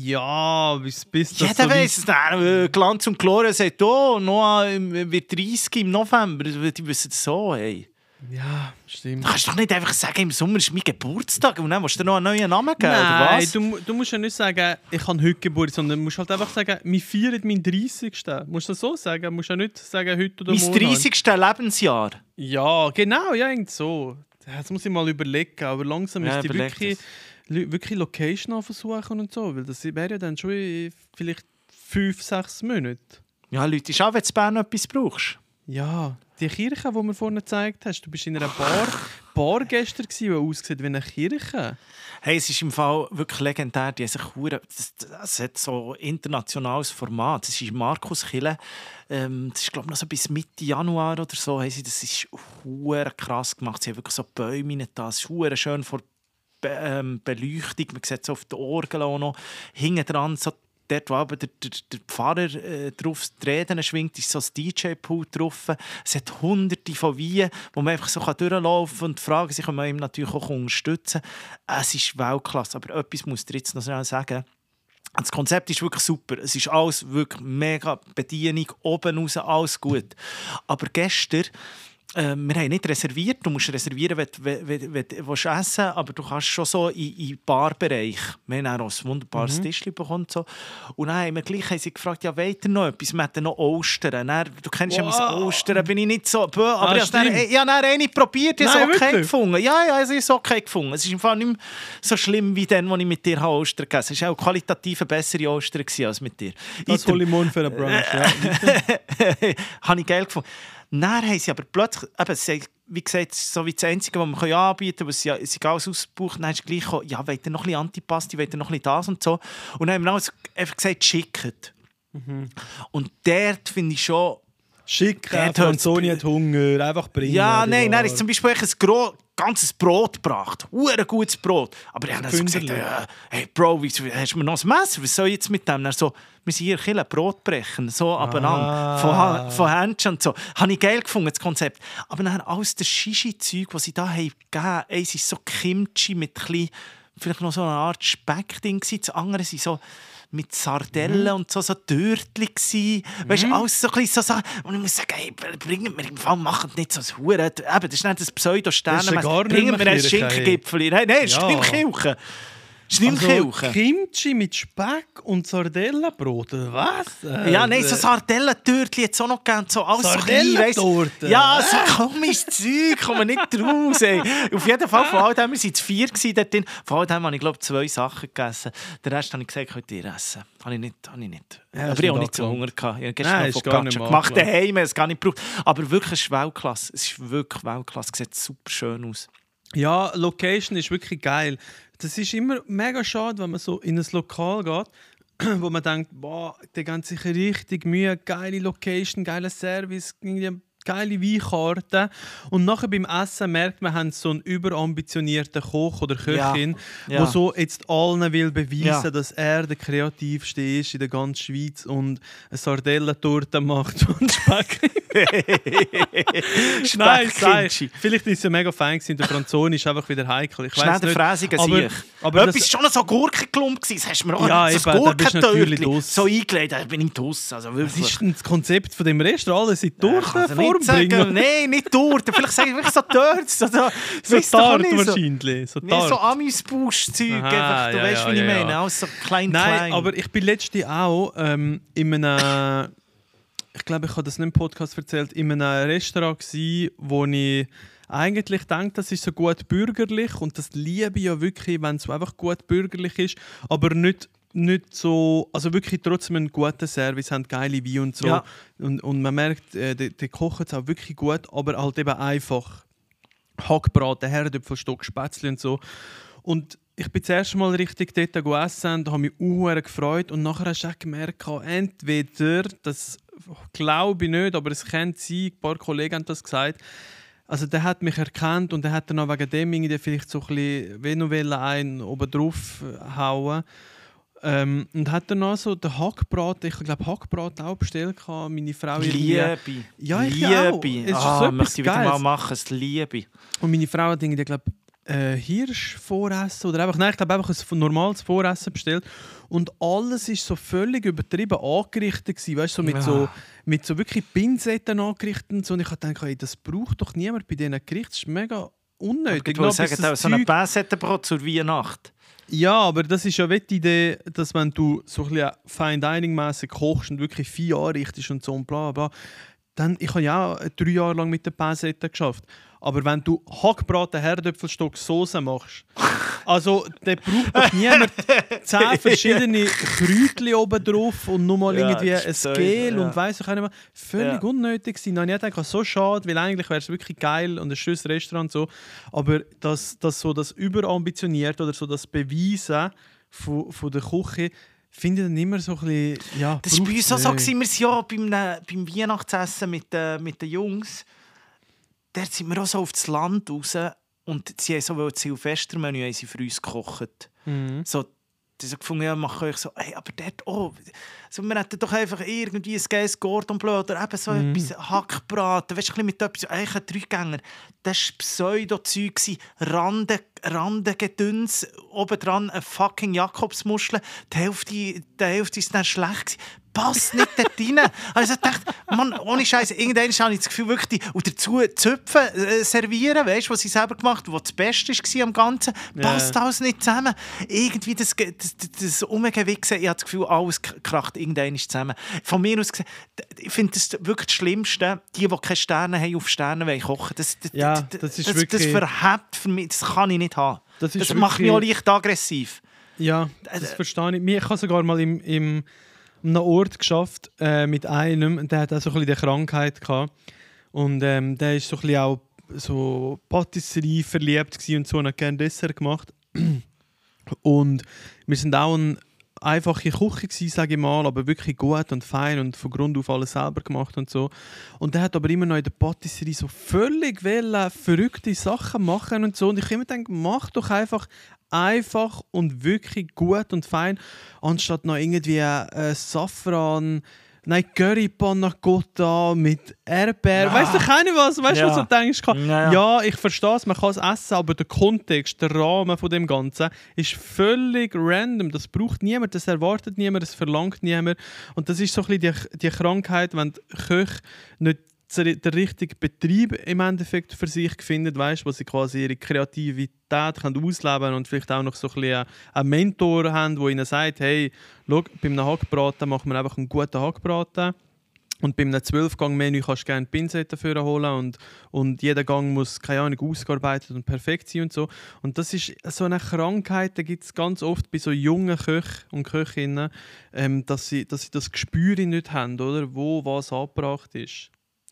S2: Ja, bis, bis das
S4: Jeder
S2: so
S4: weiss es. Dann, äh, Glanz und Gloria sagt, oh, Noah im- wird dreißig im November. Die wissen das so, hey.
S2: Ja, stimmt.
S4: Du kannst doch nicht einfach sagen, im Sommer ist mein Geburtstag und dann musst du dir noch einen neuen Namen geben, oder
S2: Nein,
S4: was?
S2: du, mu- du musst ja nicht sagen, ich habe heute Geburt, sondern du musst halt einfach sagen, wir feiern meinen dreißigsten Musst du das so sagen? Du musst ja nicht sagen, heute oder
S4: Mein
S2: morgen.
S4: dreißigste Lebensjahr.
S2: Ja, genau, ja, irgendwie so. Das muss ich mal überlegen, aber langsam
S4: Ja,
S2: müsste ich
S4: überleg
S2: wirklich, li- wirklich Location versuchen und so, weil das wäre ja dann schon in vielleicht fünf, sechs Monate.
S4: Ja, Leute, schau, wenn du in Bern etwas brauchst.
S2: Ja, die Kirche, die mir vorhin gezeigt hast, du bist in einer Bar, Bar gestern gewesen, die aussieht wie eine Kirche.
S4: Hey, es ist im Fall wirklich legendär. Die haben sich hure- das, das hat so ein internationales Format. Das ist Markuskirche. Ähm, das ist, glaube ich, noch so bis Mitte Januar oder so. Haben sie, das ist hure krass gemacht. Sie haben wirklich so Bäume rein da. Es ist hure schön vor Be ähm, Beleuchtung. Man sieht es auf den Orgeln auch noch. Hinten dran so dort, wo aber der, der, der Pfarrer äh, drauf die Reden schwingt, ist so ein D J-Pool drauf. Es hat hunderte von Weinen, wo man einfach so durchlaufen kann und fragen sich, ob man ihm natürlich auch unterstützen kann. Es ist Weltklasse, aber etwas muss ich dir jetzt noch schnell sagen. Das Konzept ist wirklich super. Es ist alles wirklich mega Bedienung, oben raus, alles gut. Aber gestern, äh, wir haben nicht reserviert. Du musst reservieren, wenn du wenn, wenn, wenn du willst essen, aber du kannst schon so in den Barbereich. Wir haben auch ein wunderbares
S2: Mhm.
S4: Tischchen bekommen. Und, so. Und dann haben wir gleich haben sie gefragt, ja, wollt ihr noch etwas? Wir hatten noch Ostern. Dann, du kennst ja
S2: Wow.
S4: mein Ostern, bin ich nicht so... Bö, aber
S2: Ah,
S4: ich habe dann,
S2: stimmt.
S4: ich habe dann eine probiert, ich habe
S2: Nein,
S4: es okay
S2: wirklich?
S4: gefunden. Ja, ja, also ich habe es okay gefunden. Es ist im Fall nicht mehr so schlimm wie dann, als ich mit dir Ostern gegessen habe. Es war auch qualitativ eine bessere Ostern als mit dir.
S2: Das
S4: Item.
S2: hole ich morgen für einen Brunch. Ja.
S4: Habe ich geil gefunden. Dann haben sie aber plötzlich, eben, sie, wie gesagt, das ist so wie das Einzige, was man anbieten kann, was sie, sie alles ausgebucht. Dann ist gleich gekommen, ja, wollt ihr noch ein bisschen Antipasti, wollt ihr noch ein bisschen das und so. Und dann haben wir alles einfach gesagt, schickt.
S2: Mhm.
S4: Und dort finde ich schon...
S2: Schick,
S4: Der
S2: äh,
S4: hat
S2: Franzoni hat Hunger, einfach bringen.
S4: Ja,
S2: die
S4: nein,
S2: Ware.
S4: dann ist zum Beispiel ein gro ganzes Brot gebracht. Ein gutes Brot. Aber ich habe dann so gesagt,
S2: Fünferli.
S4: äh, hey Bro, wie, hast du mir noch ein Messer? Was soll ich jetzt mit dem? Dann so, wir sind hier Kille Brot brechen, so abeinander.
S2: Ah.
S4: Von, Ha- von Händchen und so. Habe ich geil gefunden, das Konzept. Aber dann alles das Shishi-Zeug, das sie da haben gegeben, ey, es ist so Kimchi mit klein, vielleicht noch so eine Art Speckding gewesen. Das andere sind so mit Sardellen
S2: Mhm.
S4: und so, so Törtchen gsi. Weißt du, alles so ein bisschen so Sachen. Und ich muss sagen, hey, bringt mir im Fall, macht nicht so ein Huren. Eben, das ist nicht das Pseudo-Sterne.
S2: Das ist ja gar nicht
S4: Bringt
S2: mehr
S4: mir ein
S2: Kirche, hey.
S4: Schinkengipfel. Nein, nein,
S2: Ja.
S4: Schnimmkirche. Schnimmkirche.
S2: Also, Kimchi mit Speck und Sardellenbrot, oder was? Äh,
S4: Ja, nein, so
S2: äh,
S4: Sardellentörtchen jetzt auch noch gegeben. So alles so klein, weißt du.
S2: Sardellentorte?
S4: Ja, so komisches Zeug, kommen wir nicht raus. Ey. Auf jeden Fall, von all dem, wir waren zu vier dort drin. Von all dem habe ich, glaube ich, zwei Sachen gegessen. Den Rest habe ich gesagt, könnt ihr essen. Habe ich nicht. Habe ich nicht.
S2: Ja,
S4: Aber
S2: ist
S4: ich habe
S2: nicht
S4: nicht so
S2: angelangt.
S4: Hunger gehabt. Ich habe
S2: Nein,
S4: gestern
S2: ist
S4: noch
S2: gar nicht
S4: Focaccia
S2: mal
S4: gemacht
S2: angelangt.
S4: daheim, es gar nicht gebraucht. Aber wirklich, es ist Weltklasse. Es ist wirklich Weltklasse. Es sieht super schön aus.
S2: Ja, Location ist wirklich geil. Das ist immer mega schade, wenn man so in ein Lokal geht wo man denkt, boah, der geht sicher richtig Mühe, geile Location, geiler Service, irgendwie geile Weinkarte. Und nachher beim Essen merkt man, haben so einen überambitionierten Koch oder Köchin,
S4: ja, ja.
S2: der so jetzt allen will beweisen,
S4: Ja.
S2: dass er der kreativste ist in der ganzen Schweiz und eine Sardellentorte macht und Speck. Nein, nein, vielleicht ist es ja mega fein gewesen, der Franzone ist einfach wieder heikel. Ich
S4: Schnell
S2: weiss
S4: der
S2: nicht,
S4: Fräsiger
S2: aber,
S4: Sieg.
S2: aber
S4: Etwas
S2: das,
S4: ist schon noch so Gurkenklump gewesen, das hast du mir auch
S2: Ja,
S4: so
S2: eben, da
S4: ein
S2: bist du natürlich
S4: Gurkentötchen
S2: los.
S4: so eingelegt, da bin ich draus. Also
S2: was
S4: wirklich.
S2: ist denn das Konzept von dem Restaurant? Alles in
S4: Ich kann's
S2: Tortenform
S4: nicht sagen.
S2: bringen?
S4: Nein, nicht Torte. Vielleicht sage ich wirklich so Torte. So, so,
S2: So
S4: weisst doch auch
S2: Tart
S4: nicht, so.
S2: wahrscheinlich. So
S4: Nee,
S2: Tart.
S4: so Amüsbusch-Zeug.
S2: Aha,
S4: einfach. Du
S2: ja,
S4: weißt,
S2: ja,
S4: wie ich
S2: ja,
S4: meine.
S2: ja.
S4: Alles so klein,
S2: Nein,
S4: klein.
S2: aber ich bin letztens auch ähm, in einem, ich glaube, ich habe das nicht im Podcast erzählt, in einem Restaurant gsi, wo ich eigentlich denke, das ist so gut bürgerlich und das liebe ich ja wirklich, wenn es so einfach gut bürgerlich ist, aber nicht nicht so, also wirklich trotzdem einen guten Service, haben geile Weine und so.
S4: Ja.
S2: Und, und man merkt, äh, die, die kochen es auch wirklich gut, aber halt eben einfach. Hackbraten, Herdöpfelstock, Spätzle und so. Und ich bin das erste Mal richtig dort essen und habe mich auch gefreut. Und nachher hast du auch gemerkt, entweder, das glaube ich nicht, aber es könnte sein, ein paar Kollegen haben das gesagt, also der hat mich erkannt und der hat dann auch wegen dem irgendwie vielleicht so ein bisschen Venovelle einen oben drauf hauen. Ähm, und hat dann auch so den Hackbraten, ich glaube Hackbraten auch bestellt, meine Frau
S4: Liebe.
S2: Ja, ich
S4: Liebe.
S2: auch. Es ist
S4: Ah,
S2: so etwas
S4: möchte ich wieder
S2: Geiles.
S4: mal machen, das Liebe.
S2: Und meine Frau hat irgendwie, glaube äh, Hirsch voressen oder einfach, nein, ich glaube einfach ein normales Voressen bestellt. Und alles ist so völlig übertrieben angerichtet gewesen, weißt, so mit,
S4: Ja.
S2: so, mit so wirklich Pinsetten angerichtet und so. Und ich habe gedacht, hey, das braucht doch niemand bei diesen Gerichten. Das ist mega unnötig.
S4: Ich wollte
S2: Noch bis
S4: sagen,
S2: das
S4: so ein
S2: Zeug-
S4: Bassettenbrot zur Weihnacht.
S2: Ja, aber das ist ja die Idee, dass wenn du so ein bisschen Fine Dining-mässig kochst und wirklich viel anrichtest und so und bla bla, dann, ich habe ja auch drei Jahre lang mit der Pinzette geschafft. Aber wenn du Hackbraten, Herdöpfelstock, Soße machst, also da braucht doch niemand zehn verschiedene Kräutchen oben drauf und nochmal
S4: Ja,
S2: irgendwie
S4: das
S2: ein
S4: ist so,
S2: Gel
S4: ja.
S2: und weiss ich auch nicht mehr. Völlig
S4: Ja.
S2: unnötig gewesen. Dann habe ich gedacht, so schade, weil eigentlich wäre es wirklich geil und ein schönes Restaurant so. Aber das, das so das überambitioniert oder so das Beweisen von, von der Küche finde ich dann immer so ein bisschen, ja,
S4: Das war bei uns auch so,
S2: braucht's
S4: gewesen.
S2: nicht.
S4: wir waren ja beim, beim Weihnachtsessen mit, äh, mit den Jungs. Dort sind wir auch so auf das Land raus und sie haben so das Silvestermenü haben sie für uns gekocht.
S2: Mhm.
S4: So, die so gefunden, ja, machen euch so, hey, aber dort, oh, so, wir hätten doch einfach irgendwie ein geiles Cordon Bleu oder eben so
S2: Mhm.
S4: etwas Hackbraten, weißt du, ein bisschen mit etwas, eigentlich ein Dreigänger. Das war Pseudo-Zeug, Rande, Randengedöns, obendran eine fucking Jakobsmuschel, die Hälfte, die Hälfte ist dann schlecht gewesen. Passt nicht dort rein. Also ich dachte, Mann, ohne Scheiß, irgendwann habe ich das Gefühl, wirklich, die, und dazu Zöpfe äh, servieren, weißt du, was sie selber gemacht haben, was das Beste war am Ganzen, passt
S2: Ja.
S4: alles nicht zusammen. Irgendwie das, das, das, das Umgewichsen, ich habe das Gefühl, alles kracht irgendwann zusammen. Von mir aus gesehen, ich finde das wirklich das Schlimmste, die, die keine Sterne haben, auf Sterne wollen kochen. Das, das,
S2: Ja,
S4: das,
S2: das ist
S4: das,
S2: wirklich-
S4: das verhebt für mich, das kann ich nicht haben.
S2: Das
S4: Das,
S2: ist
S4: macht mich
S2: wirklich-
S4: auch leicht aggressiv.
S2: Ja, das verstehe ich. Ich habe sogar mal im, im, an einem Ort geschafft äh, mit einem, der hat auch so ein bisschen die Krankheit gehabt. Und ähm, der ist so ein bisschen auch so Patisserie verliebt gewesen und so und hat gerne Dessert gemacht. Und wir sind auch eine einfache Küche gewesen, sage ich mal, aber wirklich gut und fein und von Grund auf alles selber gemacht und so. Und der hat aber immer noch in der Patisserie so völlig wollen, verrückte Sachen machen und so. Und ich habe immer gedacht, mach doch einfach einfach und wirklich gut und fein, anstatt noch irgendwie äh, Safran, nein, Curry Panna Cotta mit Erdbeeren.
S4: Ja.
S2: Weißt du keine was? Weißt du,
S4: Ja.
S2: was du denkst?
S4: Ja, ja.
S2: Ja, ich verstehe es, man kann es essen, aber der Kontext, der Rahmen von dem Ganzen ist völlig random. Das braucht niemand, das erwartet niemand, das verlangt niemand. Und das ist so ein bisschen die, die Krankheit, wenn die Köche nicht den richtigen Betrieb im Endeffekt für sich finden, weißt, wo sie quasi ihre Kreativität können ausleben und vielleicht auch noch so ein bisschen einen Mentor haben, der ihnen sagt, hey, schau, bei einem Hackbraten machen wir einfach einen guten Hackbraten und bei einem zwölf-Gang-Menü kannst du gerne Pinzette dafür holen und, und jeder Gang muss, keine Ahnung, ausgearbeitet und perfekt sein und so. Und das ist so eine Krankheit, die gibt es ganz oft bei so jungen Köchen und Köchinnen, ähm, dass, sie, dass sie das Gespür nicht haben, oder? Wo was angebracht ist.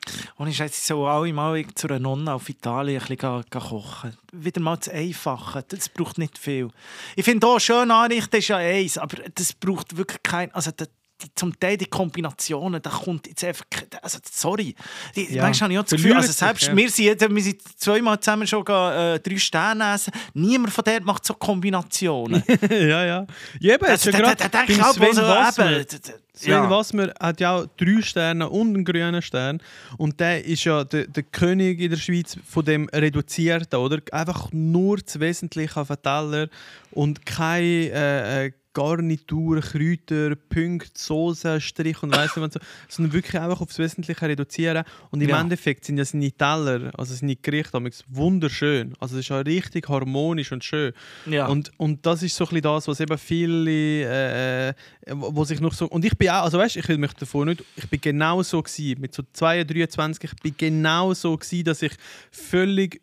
S4: Und ich jetzt so alle mal zu einer Nonne auf Italien ein bisschen ga, ga kochen. Wieder mal das Einfache. Das braucht nicht viel. Ich finde auch schön anrichten ist ja eins, aber das braucht wirklich kein. Also das, die, zum Teil die Kombinationen, da kommt jetzt einfach. Also sorry. Die, ja. Manchmal habe ich auch das Gefühl, also selbst ja. wir, sind, wir sind zweimal zusammen schon äh, drei Sterne essen. Niemand von denen macht so Kombinationen.
S2: ja, ja. Ja, eben,
S4: das,
S2: ja
S4: da, da, da denke ich auch so, eben.
S2: Sven ja. Wassmer hat ja auch drei Sterne und einen grünen Stern. Und der ist ja der, der König in der Schweiz von dem Reduzierten, oder? Einfach nur das Wesentliche auf den Teller und keine äh, Garnitur, Kräuter, Punkte, Soße, Strich und weiss nicht was, sondern wirklich einfach aufs Wesentliche reduzieren. Und im ja. Endeffekt sind ja seine Teller, also seine Gerichte, wunderschön. Also es ist ja richtig harmonisch und schön. Ja. Und, und das ist so ein bisschen das, was eben viele, äh, wo sich noch so... Und ich bin auch, also weißt, ich will mich davon nicht... Ich bin genau so gewesen, mit so zweiunddreißig, dreiundzwanzig, ich bin genau so gewesen, dass ich völlig,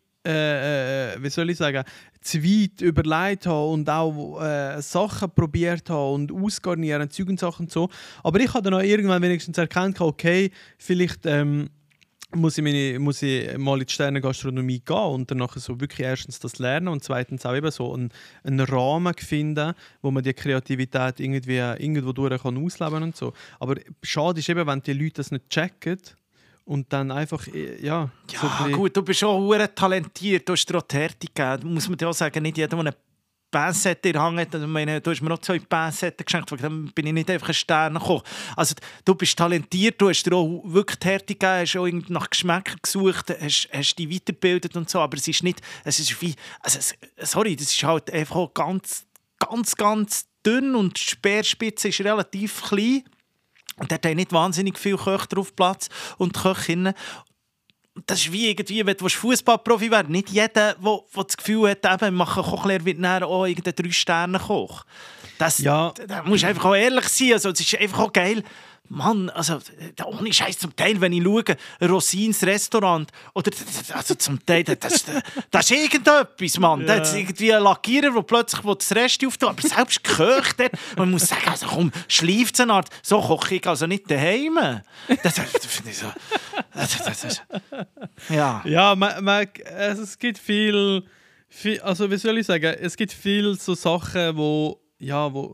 S2: äh, wie soll ich sagen, zu weit überlegt habe und auch äh, Sachen probiert habe und ausgarnieren, Zeug und Sachen und so. Aber ich habe dann auch irgendwann wenigstens erkannt, okay, vielleicht ähm, muss, ich meine, muss ich mal in die Sternengastronomie gehen und dann nachher so wirklich erstens das lernen und zweitens auch eben so einen, einen Rahmen finden, wo man die Kreativität irgendwie irgendwo durch kann ausleben und so. Aber schade ist eben, wenn die Leute das nicht checken, und dann einfach, ja...
S4: Ja,
S2: so
S4: gut, du bist schon verdammt talentiert, du hast dir auch die Härte gegeben. Muss man dir auch sagen, nicht jeder, der eine Pinzette in der Hand hat, meine, du hast mir auch zwei Pinzetten geschenkt, dann bin ich nicht einfach ein Sternenkoch. Also du bist talentiert, du hast dir auch wirklich die Härte gegeben, hast auch nach Geschmäckern gesucht, hast, hast dich weitergebildet und so, aber es ist nicht, es ist wie, also, sorry, das ist halt einfach auch ganz, ganz, ganz dünn und die Speerspitze ist relativ klein. Und dort haben nicht wahnsinnig viele Köche drauf Platz und Köchinnen. Das ist wie irgendwie, wenn du Fußballprofi werden. Nicht jeder, der das Gefühl hat, eben, machen Kochlehrer wird nachher auch irgendein Drei-Sterne-Koch. Das, ja. Da, da musst du einfach auch ehrlich sein. Also, es ist einfach auch geil. Mann, also ohne Scheiß zum Teil, wenn ich schaue, Rosins Restaurant, oder also zum Teil, das, das ist irgendetwas, Mann. Ja. Das ist irgendwie ein Lackierer, der plötzlich das Rest auftut, aber selbst gekocht hat. Man muss sagen, also komm, schleift es eine Art, so koche ich also nicht daheim. Das, das, das finde ich so... Das, das, das, ja,
S2: ja man, man, also es gibt viel, viel... Also wie soll ich sagen, es gibt viel so Sachen, die... Ja, wo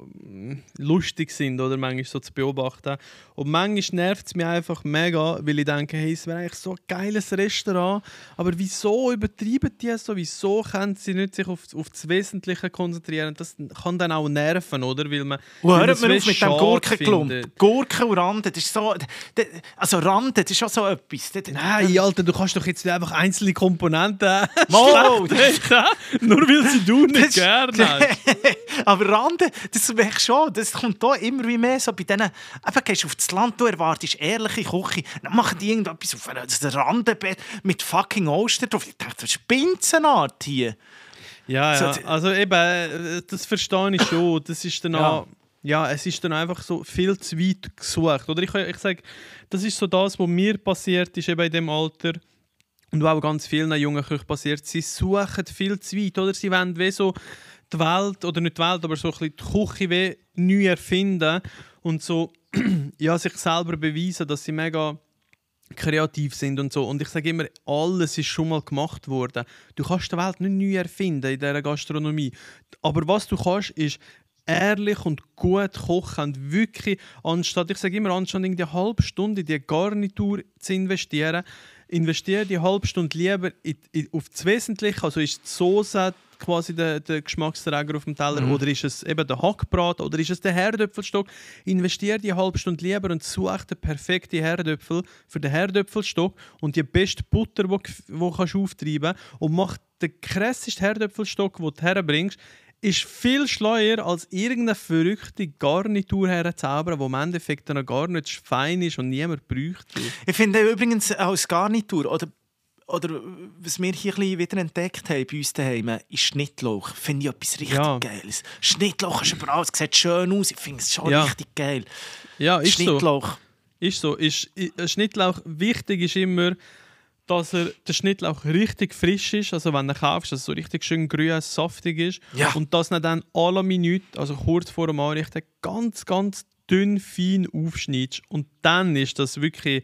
S2: lustig sind oder manchmal so zu beobachten. Und manchmal nervt es mich einfach mega, weil ich denke, hey, es wäre eigentlich so ein geiles Restaurant, aber wieso übertreiben die es so? Wieso können sie nicht sich auf, auf das Wesentliche konzentrieren? Das kann dann auch nerven, oder? Weil man,
S4: weil hört man auf mit dem Gurkenklump. Gurken und Rande, das ist so... Also Rande, das ist auch so etwas.
S2: Nein, Alter, du kannst doch jetzt nicht einfach einzelne Komponenten schlecht, nur weil sie du nicht gerne hast.
S4: Aber Rande, das merkst schon, das kommt da immer wie mehr so bei denen, eben gehst du auf das Land, du erwartest ehrliche Küche, dann machen die irgendetwas auf einem Randebett mit fucking Ostern drauf. Ich dachte, das ist Pinzenart hier.
S2: Ja, ja, so, also eben, das verstehe ich schon, das ist dann auch, ja. ja, es ist dann einfach so viel zu weit gesucht, oder ich, ich sage, das ist so das, was mir passiert ist eben in diesem Alter und was auch ganz vielen jungen Köchen passiert, sie suchen viel zu weit, oder sie wollen wie so die Welt, oder nicht die Welt, aber so ein bisschen die Küche wie neu erfinden und so ja, sich selber beweisen, dass sie mega kreativ sind und so. Und ich sage immer, alles ist schon mal gemacht worden. Du kannst die Welt nicht neu erfinden in dieser Gastronomie. Aber was du kannst, ist ehrlich und gut kochen und wirklich, anstatt, ich sage immer, anstatt in die halbe Stunde in die Garnitur zu investieren, investiere die halbe Stunde lieber in, in, auf das Wesentliche, also ist die Soße quasi der, der Geschmacksträger auf dem Teller, mhm. oder ist es eben der Hackbraten oder ist es der Herdöpfelstock? Investiere die halbe Stunde lieber und suche den perfekten Herdöpfel für den Herdöpfelstock und die beste Butter, die du auftreiben kannst, und mach den krassesten Herdöpfelstock, den du herbringst, ist viel schleuer als irgendeine verrückte Garnitur herzaubern, die im Endeffekt dann gar nicht fein ist und niemand bräuchte.
S4: Ich finde übrigens als Garnitur, oder, oder was wir hier ein bisschen wieder entdeckt haben bei uns daheim, ist Schnittlauch. Finde ich etwas richtig ja. Geiles. Schnittlauch ist überall, es sieht schön aus, ich finde es schon ja. richtig geil.
S2: Ja, ist
S4: Schnittlauch.
S2: so. Ist so. Ist, ist, Schnittlauch, wichtig ist immer, dass er, der Schnittlauch richtig frisch ist, also wenn du ihn kaufst, dass er so richtig schön grün, saftig ist.
S4: Ja.
S2: Und dass du dann à la Minute, also kurz vor dem Anrichten, ganz, ganz dünn, fein aufschneidest. Und dann ist das wirklich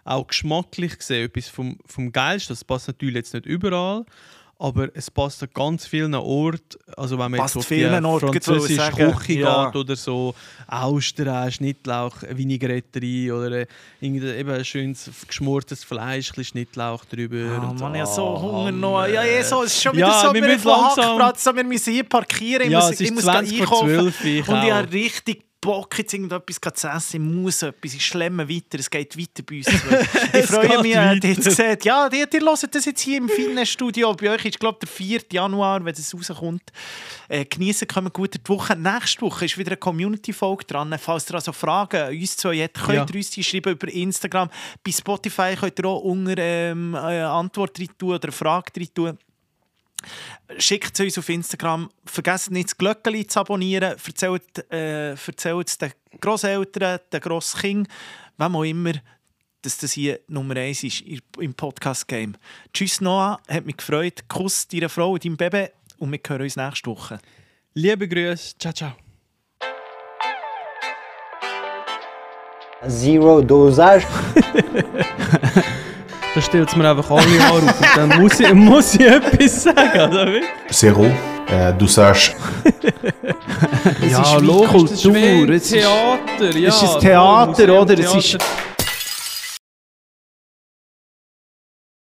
S2: auch geschmacklich gesehen etwas vom, vom Geilsten. Das passt natürlich jetzt nicht überall, aber es passt an ganz vielen Orten. Also wenn man
S4: passt
S2: jetzt auf die französische Küche ja. geht oder so, Austern, Schnittlauch, Vinaigrette oder irgendein eben ein schönes geschmortes Fleisch, ein bisschen Schnittlauch drüber.
S4: Oh,
S2: und
S4: man,
S2: so.
S4: ja so Hunger noch. Ja, ja, so, es ist schon wieder
S2: ja,
S4: so,
S2: wir
S4: wir
S2: müssen langsam...
S4: so, wir müssen hier parkieren, ich
S2: ja,
S4: muss,
S2: es ist
S4: ich muss
S2: zwanzig vor zwölf, ich
S4: und
S2: auch.
S4: ich habe richtig Bock, jetzt irgendetwas zu essen, ich muss etwas, ich schlemme weiter, es geht weiter bei uns. Ich freue mich, äh, die gesagt, ja, die, die hören das jetzt hier im Fitnessstudio, bei euch ist, glaube ich, der vierte Januar, wenn es rauskommt. Äh, genießen können wir gut die Woche. Nächste Woche ist wieder eine Community-Folge dran. Falls ihr also Fragen an uns zwei habt, könnt ihr ja. uns die schreiben über Instagram. Bei Spotify könnt ihr auch unter ähm, eine Antwort rein tun oder eine Frage rein tun. Schickt es uns auf Instagram. Vergesst nicht, das Glöckchen zu abonnieren. Erzählt, äh, erzählt es den Grosseltern, den Grosskindern, wem auch immer, dass das hier Nummer eins ist im Podcast-Game. Tschüss Noah, hat mich gefreut. Kuss deiner Frau und deinem Baby und wir hören uns nächste Woche.
S2: Liebe Grüße, ciao, ciao.
S5: Zero Dosage.
S2: Da stellt es mir einfach alle Haare auf und dann muss ich, muss ich etwas sagen, oder wie?
S3: Zero äh, Dosage.
S2: Ja,
S4: ist
S2: logisch,
S4: Kultur.
S2: das ist Theater. Ja,
S4: es ist Theater, oder? Es ist